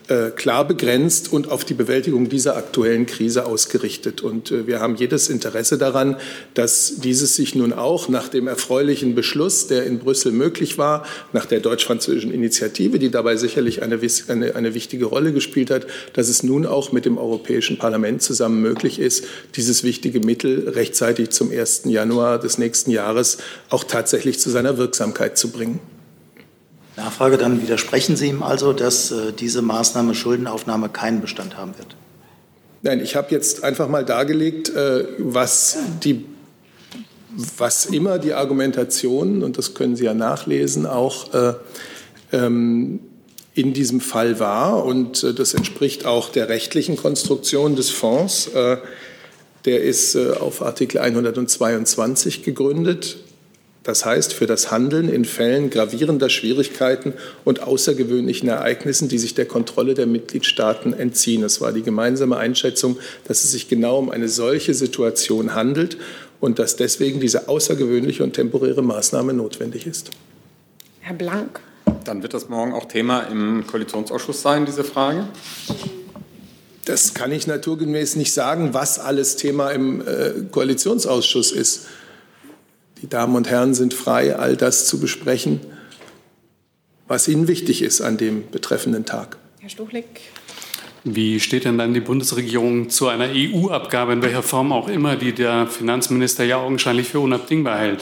äh, klar begrenzt und auf die Bewältigung dieser aktuellen Krise ausgerichtet. Und äh, wir haben jedes Interesse daran, dass dieses sich nun auch nach dem erfreulichen Beschluss, der in Brüssel möglich war, nach der deutsch-französischen Initiative, die dabei sicherlich eine, eine, eine wichtige Rolle gespielt hat, dass es nun auch mit dem Europäischen Parlament zusammen möglich ist, dieses wichtige Mittel rechtzeitig zum ersten Januar des nächsten Jahres auch tatsächlich zu seiner Wirksamkeit zu bringen. Nachfrage, dann widersprechen Sie ihm also, dass äh, diese Maßnahme Schuldenaufnahme keinen Bestand haben wird? Nein, ich habe jetzt einfach mal dargelegt, äh, was, die, was immer die Argumentation, und das können Sie ja nachlesen, auch äh, ähm, in diesem Fall war. Und äh, das entspricht auch der rechtlichen Konstruktion des Fonds. Äh, der ist äh, auf Artikel hundertzweiundzwanzig gegründet. Das heißt, für das Handeln in Fällen gravierender Schwierigkeiten und außergewöhnlichen Ereignissen, die sich der Kontrolle der Mitgliedstaaten entziehen. Es war die gemeinsame Einschätzung, dass es sich genau um eine solche Situation handelt und dass deswegen diese außergewöhnliche und temporäre Maßnahme notwendig ist. Herr Blank. Dann wird das morgen auch Thema im Koalitionsausschuss sein, diese Frage? Das kann ich naturgemäß nicht sagen, was alles Thema im äh, Koalitionsausschuss ist. Die Damen und Herren sind frei, all das zu besprechen, was ihnen wichtig ist an dem betreffenden Tag. Herr Stuchlik. Wie steht denn dann die Bundesregierung zu einer E U-Abgabe, in welcher Form auch immer, die der Finanzminister ja augenscheinlich für unabdingbar hält?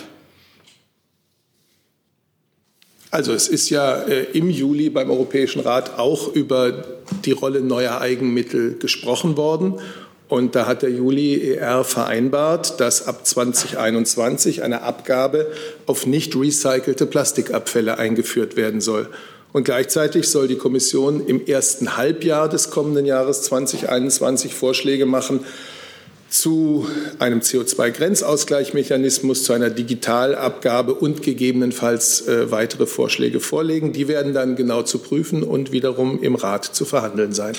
Also es ist ja äh, im Juli beim Europäischen Rat auch über die Rolle neuer Eigenmittel gesprochen worden. Und da hat der Juli-E R vereinbart, dass ab zweitausendeinundzwanzig eine Abgabe auf nicht recycelte Plastikabfälle eingeführt werden soll. Und gleichzeitig soll die Kommission im ersten Halbjahr des kommenden Jahres zweitausendeinundzwanzig Vorschläge machen zu einem C O zwei Grenzausgleichsmechanismus, zu einer Digitalabgabe und gegebenenfalls äh, weitere Vorschläge vorlegen. Die werden dann genau zu prüfen und wiederum im Rat zu verhandeln sein.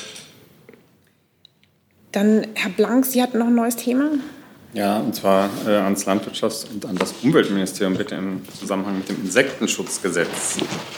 Dann Herr Blank, Sie hatten noch ein neues Thema? Ja, und zwar äh, ans Landwirtschafts- und an das Umweltministerium bitte im Zusammenhang mit dem Insektenschutzgesetz.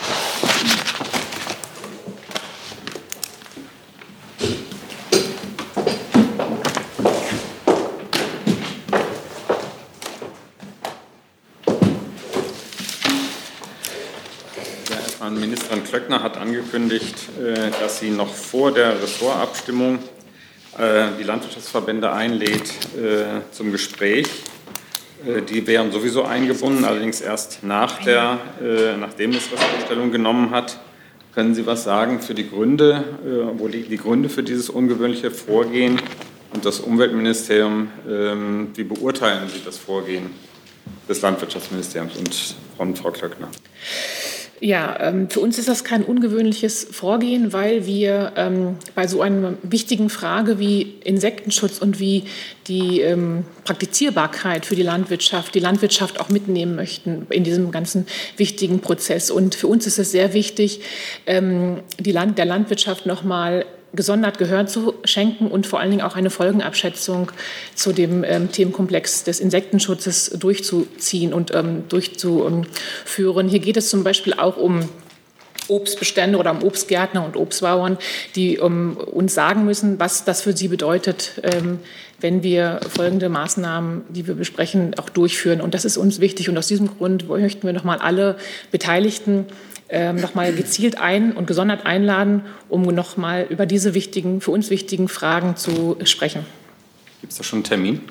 Ja, Ministerin Klöckner hat angekündigt, äh, dass sie noch vor der Ressortabstimmung die Landwirtschaftsverbände einlädt äh, zum Gespräch. Äh, die wären sowieso eingebunden, allerdings erst nach der, äh, nachdem es Ressortstellung genommen hat. Können Sie was sagen für die Gründe, äh, wo liegen die Gründe für dieses ungewöhnliche Vorgehen? Und das Umweltministerium, äh, wie beurteilen Sie das Vorgehen des Landwirtschaftsministeriums und von Frau Klöckner? Ja, ähm, für uns ist das kein ungewöhnliches Vorgehen, weil wir ähm, bei so einer wichtigen Frage wie Insektenschutz und wie die ähm, Praktizierbarkeit für die Landwirtschaft, die Landwirtschaft auch mitnehmen möchten in diesem ganzen wichtigen Prozess. Und für uns ist es sehr wichtig, ähm, die Land der Landwirtschaft noch mal gesondert Gehör zu schenken und vor allen Dingen auch eine Folgenabschätzung zu dem ähm, Themenkomplex des Insektenschutzes durchzuziehen und ähm, durchzuführen. Hier geht es zum Beispiel auch um Obstbestände oder um Obstgärtner und Obstbauern, die um, uns sagen müssen, was das für sie bedeutet, ähm, wenn wir folgende Maßnahmen, die wir besprechen, auch durchführen. Und das ist uns wichtig. Und aus diesem Grund möchten wir noch mal alle Beteiligten ähm, noch mal gezielt ein- und gesondert einladen, um noch mal über diese wichtigen, für uns wichtigen Fragen zu sprechen. Gibt es da schon einen Termin?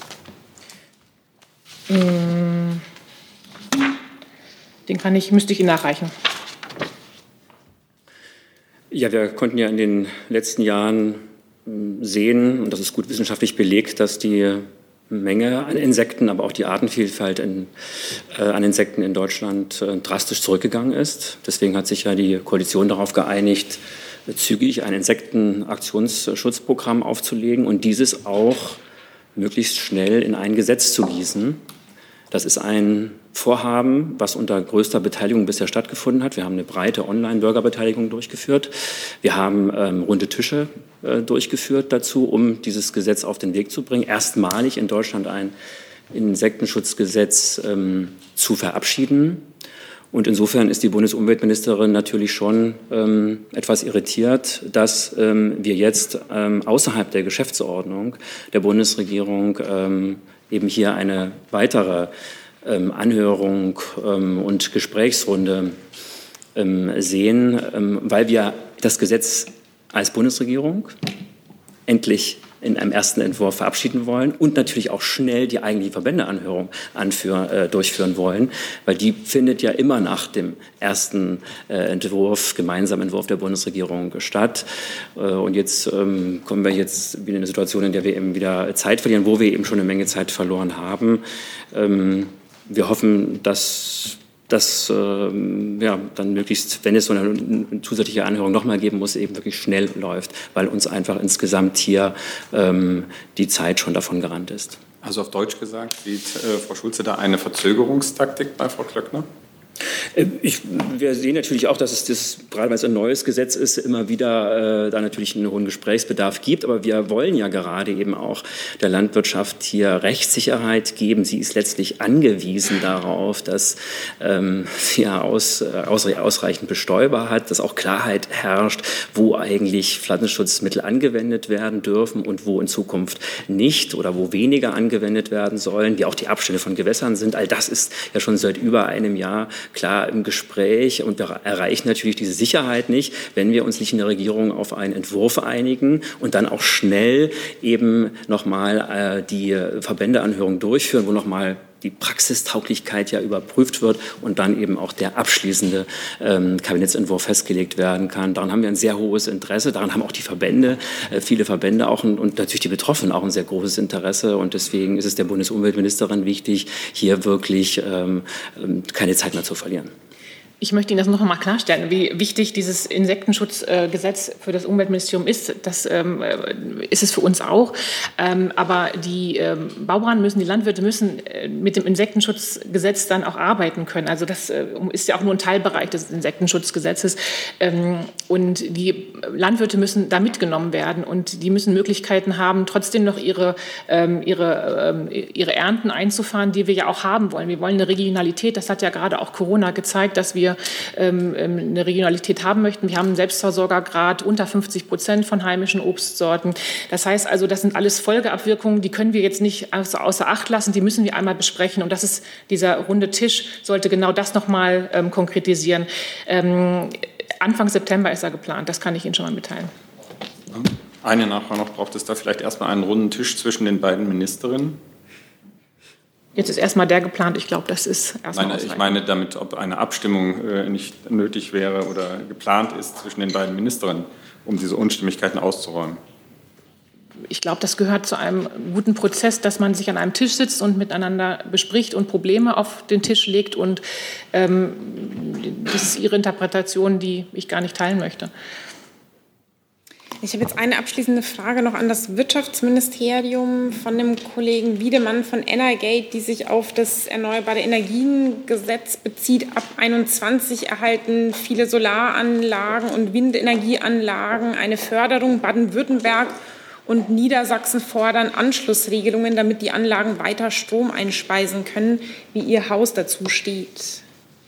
Den kann ich, müsste ich Ihnen nachreichen. Ja, wir konnten ja in den letzten Jahren sehen, und das ist gut wissenschaftlich belegt, dass die Menge an Insekten, aber auch die Artenvielfalt in, äh, an Insekten in Deutschland äh, drastisch zurückgegangen ist. Deswegen hat sich ja die Koalition darauf geeinigt, äh, zügig ein Insektenaktionsschutzprogramm aufzulegen und dieses auch möglichst schnell in ein Gesetz zu gießen. Das ist ein Vorhaben, was unter größter Beteiligung bisher stattgefunden hat. Wir haben eine breite Online-Bürgerbeteiligung durchgeführt. Wir haben ähm, runde Tische äh, durchgeführt dazu, um dieses Gesetz auf den Weg zu bringen. Erstmalig in Deutschland ein Insektenschutzgesetz ähm, zu verabschieden. Und insofern ist die Bundesumweltministerin natürlich schon ähm, etwas irritiert, dass ähm, wir jetzt ähm, außerhalb der Geschäftsordnung der Bundesregierung ähm, eben hier eine weitere ähm, Anhörung ähm, und Gesprächsrunde ähm, sehen, ähm, weil wir das Gesetz als Bundesregierung endlich in einem ersten Entwurf verabschieden wollen und natürlich auch schnell die eigentliche Verbändeanhörung anführen, äh, durchführen wollen, weil die findet ja immer nach dem ersten äh, Entwurf, gemeinsamen Entwurf der Bundesregierung statt. Äh, und jetzt ähm, kommen wir jetzt wieder in eine Situation, in der wir eben wieder Zeit verlieren, wo wir eben schon eine Menge Zeit verloren haben. Ähm, wir hoffen, dass dass ähm, ja, dann möglichst, wenn es so eine, eine zusätzliche Anhörung nochmal geben muss, eben wirklich schnell läuft, weil uns einfach insgesamt hier ähm, die Zeit schon davon gerannt ist. Also auf Deutsch gesagt, sieht äh, Frau Schulze da eine Verzögerungstaktik bei Frau Klöckner? Ich, wir sehen natürlich auch, dass es, das, gerade weil es ein neues Gesetz ist, immer wieder äh, da natürlich einen hohen Gesprächsbedarf gibt. Aber wir wollen ja gerade eben auch der Landwirtschaft hier Rechtssicherheit geben. Sie ist letztlich angewiesen darauf, dass ähm, sie aus, aus, ausreichend Bestäuber hat, dass auch Klarheit herrscht, wo eigentlich Pflanzenschutzmittel angewendet werden dürfen und wo in Zukunft nicht oder wo weniger angewendet werden sollen, wie auch die Abstände von Gewässern sind. All das ist ja schon seit über einem Jahr klar im Gespräch und wir erreichen natürlich diese Sicherheit nicht, wenn wir uns nicht in der Regierung auf einen Entwurf einigen und dann auch schnell eben nochmal äh, die Verbändeanhörung durchführen, wo nochmal die Praxistauglichkeit ja überprüft wird und dann eben auch der abschließende ähm, Kabinettsentwurf festgelegt werden kann. Daran haben wir ein sehr hohes Interesse. Daran haben auch die Verbände, äh, viele Verbände auch ein, und natürlich die Betroffenen auch ein sehr großes Interesse. Und deswegen ist es der Bundesumweltministerin wichtig, hier wirklich ähm, keine Zeit mehr zu verlieren. Ich möchte Ihnen das noch einmal klarstellen, wie wichtig dieses Insektenschutzgesetz für das Umweltministerium ist. Das ähm, ist es für uns auch. Ähm, aber die ähm, Bauern müssen, die Landwirte müssen äh, mit dem Insektenschutzgesetz dann auch arbeiten können. Also das äh, ist ja auch nur ein Teilbereich des Insektenschutzgesetzes. Ähm, und die Landwirte müssen da mitgenommen werden und die müssen Möglichkeiten haben, trotzdem noch ihre, ähm, ihre, ähm, ihre Ernten einzufahren, die wir ja auch haben wollen. Wir wollen eine Regionalität. Das hat ja gerade auch Corona gezeigt, dass wir ähm, eine Regionalität haben möchten. Wir haben einen Selbstversorgergrad unter fünfzig Prozent von heimischen Obstsorten. Das heißt also, das sind alles Folgeabwirkungen, die können wir jetzt nicht außer, außer Acht lassen, die müssen wir einmal besprechen. Und das ist dieser runde Tisch, sollte genau das noch mal ähm, konkretisieren. Ähm, Anfang September ist er geplant, das kann ich Ihnen schon mal mitteilen. Eine Nachfrage noch, braucht es da vielleicht erstmal einen runden Tisch zwischen den beiden Ministerinnen? Jetzt ist erstmal der geplant. Ich glaube, das ist erstmal meine, Ich meine damit, ob eine Abstimmung äh, nicht nötig wäre oder geplant ist zwischen den beiden Ministerinnen, um diese Unstimmigkeiten auszuräumen. Ich glaube, das gehört zu einem guten Prozess, dass man sich an einem Tisch sitzt und miteinander bespricht und Probleme auf den Tisch legt. Und ähm, das ist Ihre Interpretation, die ich gar nicht teilen möchte. Ich habe jetzt eine abschließende Frage noch an das Wirtschaftsministerium von dem Kollegen Wiedemann von Energate, die sich auf das Erneuerbare Energiengesetz bezieht. Ab einundzwanzig erhalten viele Solaranlagen und Windenergieanlagen eine Förderung. Baden-Württemberg und Niedersachsen fordern Anschlussregelungen, damit die Anlagen weiter Strom einspeisen können, wie Ihr Haus dazu steht.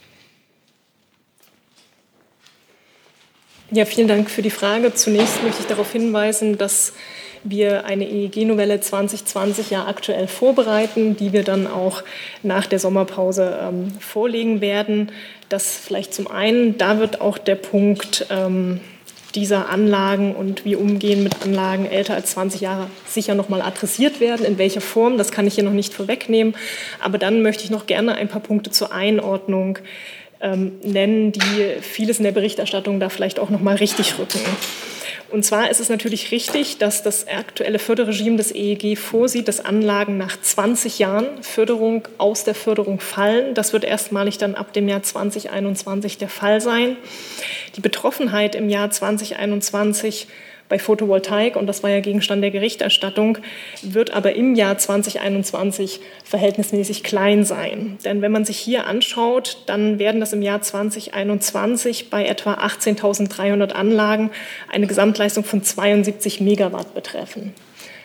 Ja, vielen Dank für die Frage. Zunächst möchte ich darauf hinweisen, dass wir eine E E G-Novelle zwanzig zwanzig ja aktuell vorbereiten, die wir dann auch nach der Sommerpause ähm, vorlegen werden. Das vielleicht zum einen, da wird auch der Punkt ähm, dieser Anlagen und wie umgehen mit Anlagen älter als zwanzig Jahre sicher noch mal adressiert werden. In welcher Form, das kann ich hier noch nicht vorwegnehmen. Aber dann möchte ich noch gerne ein paar Punkte zur Einordnung ähm, nennen, die vieles in der Berichterstattung da vielleicht auch noch mal richtig rücken. Und zwar ist es natürlich richtig, dass das aktuelle Förderregime des E E G vorsieht, dass Anlagen nach zwanzig Jahren Förderung aus der Förderung fallen. Das wird erstmalig dann ab dem Jahr zwanzig einundzwanzig der Fall sein. Die Betroffenheit im Jahr zwanzig einundzwanzig bei Photovoltaik, und das war ja Gegenstand der Berichterstattung, wird aber im Jahr zwanzig einundzwanzig verhältnismäßig klein sein. Denn wenn man sich hier anschaut, dann werden das im Jahr zwanzig einundzwanzig bei etwa achtzehntausenddreihundert Anlagen eine Gesamtleistung von zweiundsiebzig Megawatt betreffen.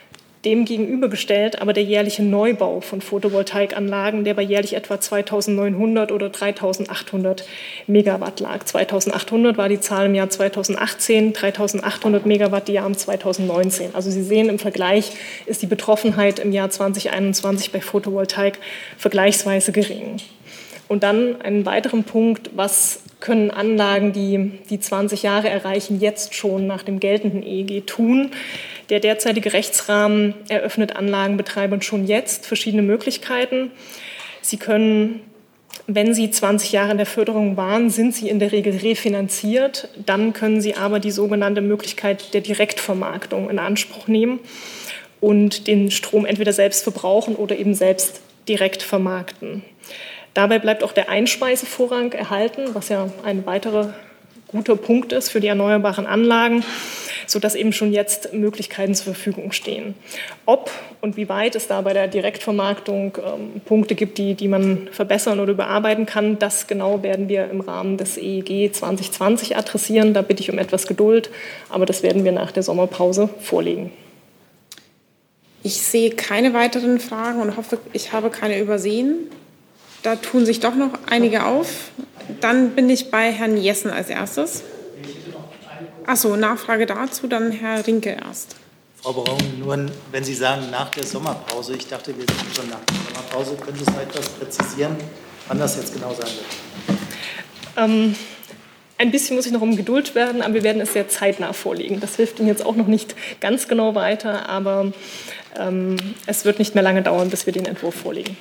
Dem gegenübergestellt aber der jährliche Neubau von Photovoltaikanlagen, der bei jährlich etwa zweitausendneunhundert oder dreitausendachthundert Megawatt lag. zweitausendachthundert war die Zahl im Jahr zweitausendachtzehn, dreitausendachthundert Megawatt die Jahr im zweitausendneunzehn. Also Sie sehen, im Vergleich ist die Betroffenheit im Jahr zweitausendeinundzwanzig bei Photovoltaik vergleichsweise gering. Und dann einen weiteren Punkt, was können Anlagen, die die zwanzig Jahre erreichen, jetzt schon nach dem geltenden E E G tun? Der derzeitige Rechtsrahmen eröffnet Anlagenbetreibern schon jetzt verschiedene Möglichkeiten. Sie können, wenn sie zwanzig Jahre in der Förderung waren, sind sie in der Regel refinanziert. Dann können sie aber die sogenannte Möglichkeit der Direktvermarktung in Anspruch nehmen und den Strom entweder selbst verbrauchen oder eben selbst direkt vermarkten. Dabei bleibt auch der Einspeisevorrang erhalten, was ja ein weiterer guter Punkt ist für die erneuerbaren Anlagen, sodass eben schon jetzt Möglichkeiten zur Verfügung stehen. Ob und wie weit es da bei der Direktvermarktung ähm, Punkte gibt, die, die man verbessern oder überarbeiten kann, das genau werden wir im Rahmen des E E G zwanzig zwanzig adressieren. Da bitte ich um etwas Geduld, aber das werden wir nach der Sommerpause vorlegen. Ich sehe keine weiteren Fragen und hoffe, ich habe keine übersehen. Da tun sich doch noch einige auf. Dann bin ich bei Herrn Jessen als erstes. Ach so, Nachfrage dazu, dann Herr Rinke erst. Frau Braun, nur wenn Sie sagen nach der Sommerpause, ich dachte, wir sind schon nach der Sommerpause, können Sie es mal etwas präzisieren, wann das jetzt genau sein wird? Ähm, ein bisschen muss ich noch um Geduld werden, aber wir werden es sehr zeitnah vorlegen. Das hilft Ihnen jetzt auch noch nicht ganz genau weiter, aber ähm, es wird nicht mehr lange dauern, bis wir den Entwurf vorlegen.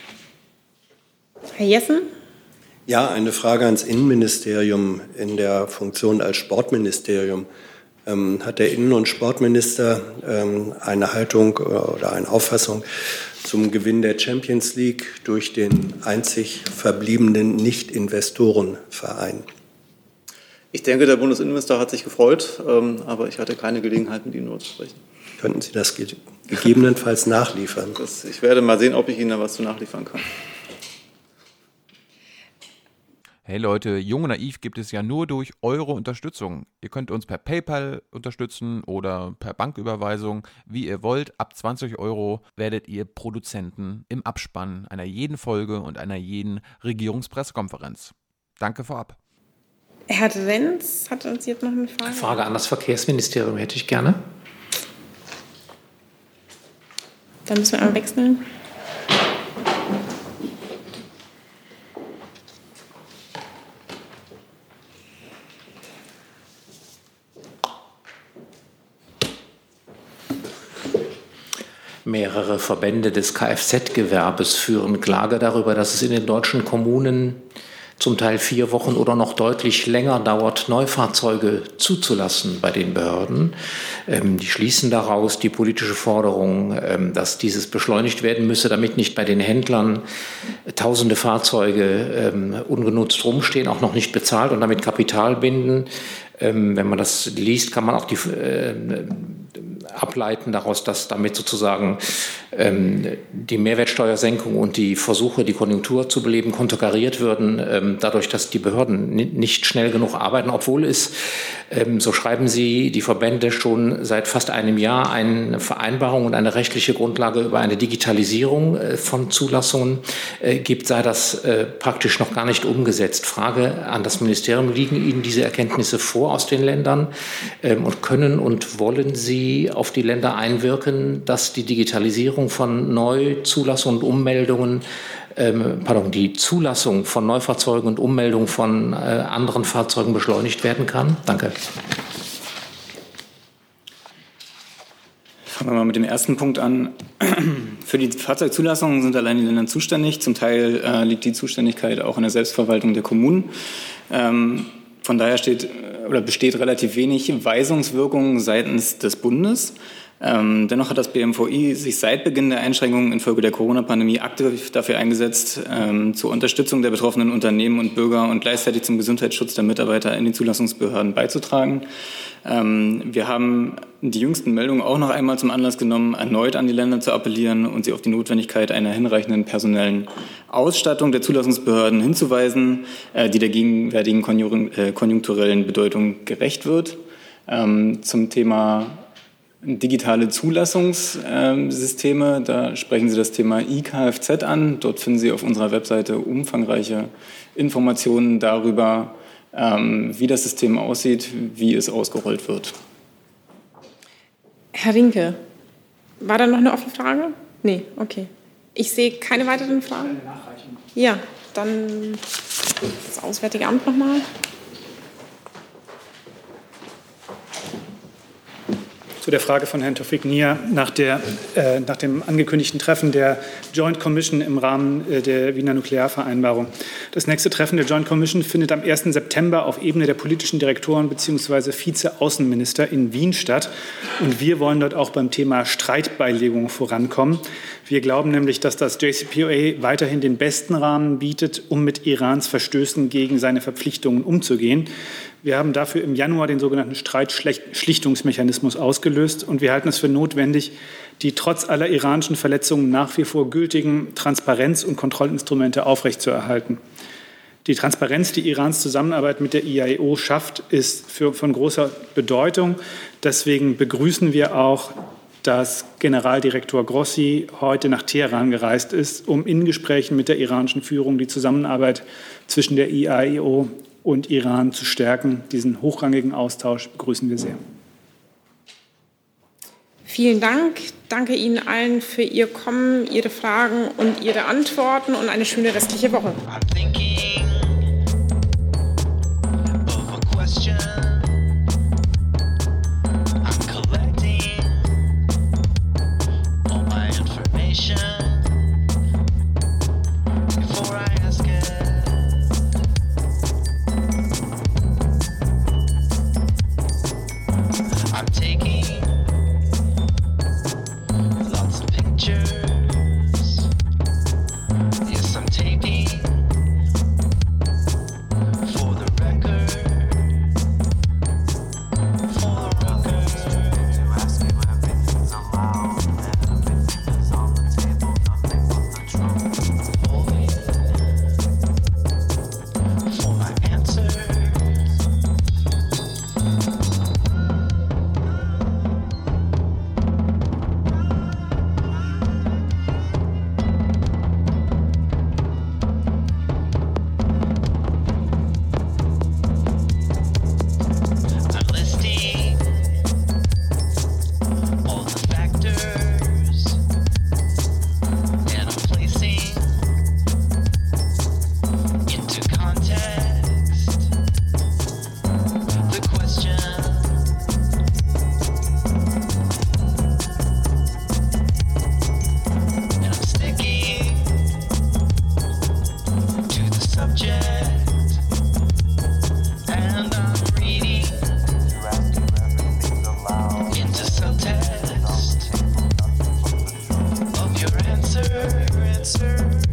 Herr Jessen? Ja, eine Frage ans Innenministerium in der Funktion als Sportministerium. Ähm, hat der Innen- und Sportminister ähm, eine Haltung oder eine Auffassung zum Gewinn der Champions League durch den einzig verbliebenen Nicht-Investorenverein? Ich denke, der Bundesinnenminister hat sich gefreut, ähm, aber ich hatte keine Gelegenheit, mit ihm darüber zu sprechen. Könnten Sie das ge- gegebenenfalls nachliefern? Das, ich werde mal sehen, ob ich Ihnen da was zu nachliefern kann. Hey Leute, Jung und Naiv gibt es ja nur durch eure Unterstützung. Ihr könnt uns per PayPal unterstützen oder per Banküberweisung, wie ihr wollt. Ab zwanzig Euro werdet ihr Produzenten im Abspann einer jeden Folge und einer jeden Regierungspressekonferenz. Danke vorab. Herr Renz hat uns jetzt noch eine Frage. Eine Frage an das Verkehrsministerium hätte ich gerne. Dann müssen wir einmal wechseln. Mehrere Verbände des Kfz-Gewerbes führen Klage darüber, dass es in den deutschen Kommunen zum Teil vier Wochen oder noch deutlich länger dauert, Neufahrzeuge zuzulassen bei den Behörden. Ähm, die schließen daraus die politische Forderung, ähm, dass dieses beschleunigt werden müsse, damit nicht bei den Händlern tausende Fahrzeuge ähm, ungenutzt rumstehen, auch noch nicht bezahlt und damit Kapital binden. Ähm, wenn man das liest, kann man auch die äh, ableiten daraus, dass damit sozusagen ähm, die Mehrwertsteuersenkung und die Versuche, die Konjunktur zu beleben, konterkariert würden, ähm, dadurch, dass die Behörden nicht schnell genug arbeiten, obwohl es, ähm, so schreiben Sie, die Verbände schon seit fast einem Jahr eine Vereinbarung und eine rechtliche Grundlage über eine Digitalisierung äh, von Zulassungen äh, gibt, sei das äh, praktisch noch gar nicht umgesetzt. Frage an das Ministerium, liegen Ihnen diese Erkenntnisse vor aus den Ländern ähm, und können und wollen Sie auf die Länder einwirken, dass die Digitalisierung von Neuzulassungen und Ummeldungen, ähm, pardon, die Zulassung von Neufahrzeugen und Ummeldung von äh, anderen Fahrzeugen beschleunigt werden kann? Danke. Fangen wir mal mit dem ersten Punkt an. Für die Fahrzeugzulassungen sind allein die Länder zuständig. Zum Teil äh, liegt die Zuständigkeit auch in der Selbstverwaltung der Kommunen. Ähm, Von daher steht oder besteht relativ wenig Weisungswirkung seitens des Bundes. Ähm, dennoch hat das B M V I sich seit Beginn der Einschränkungen infolge der Corona-Pandemie aktiv dafür eingesetzt, ähm, zur Unterstützung der betroffenen Unternehmen und Bürger und gleichzeitig zum Gesundheitsschutz der Mitarbeiter in den Zulassungsbehörden beizutragen. Ähm, wir haben die jüngsten Meldungen auch noch einmal zum Anlass genommen, erneut an die Länder zu appellieren und sie auf die Notwendigkeit einer hinreichenden personellen Ausstattung der Zulassungsbehörden hinzuweisen, äh, die der gegenwärtigen konjunkturellen Bedeutung gerecht wird. Ähm, zum Thema digitale Zulassungssysteme. Da sprechen Sie das Thema I K F Z an. Dort finden Sie auf unserer Webseite umfangreiche Informationen darüber, wie das System aussieht, wie es ausgerollt wird. Herr Rinke, war da noch eine offene Frage? Nee, okay. Ich sehe keine weiteren Fragen. Ja, dann das Auswärtige Amt nochmal. Zu der Frage von Herrn Tawfik Nia nach, der, äh, nach dem angekündigten Treffen der Joint Commission im Rahmen äh, der Wiener Nuklearvereinbarung. Das nächste Treffen der Joint Commission findet am ersten September auf Ebene der politischen Direktoren bzw. Vize-Außenminister in Wien statt. Und wir wollen dort auch beim Thema Streitbeilegung vorankommen. Wir glauben nämlich, dass das J C P O A weiterhin den besten Rahmen bietet, um mit Irans Verstößen gegen seine Verpflichtungen umzugehen. Wir haben dafür im Januar den sogenannten Streitschlichtungsmechanismus ausgelöst und wir halten es für notwendig, die trotz aller iranischen Verletzungen nach wie vor gültigen Transparenz- und Kontrollinstrumente aufrechtzuerhalten. Die Transparenz, die Irans Zusammenarbeit mit der I A E O schafft, ist für, von großer Bedeutung. Deswegen begrüßen wir auch, dass Generaldirektor Grossi heute nach Teheran gereist ist, um in Gesprächen mit der iranischen Führung die Zusammenarbeit zwischen der I A E O und Iran zu stärken. Diesen hochrangigen Austausch begrüßen wir sehr. Vielen Dank. Danke Ihnen allen für Ihr Kommen, Ihre Fragen und Ihre Antworten und eine schöne restliche Woche. Answer, answer.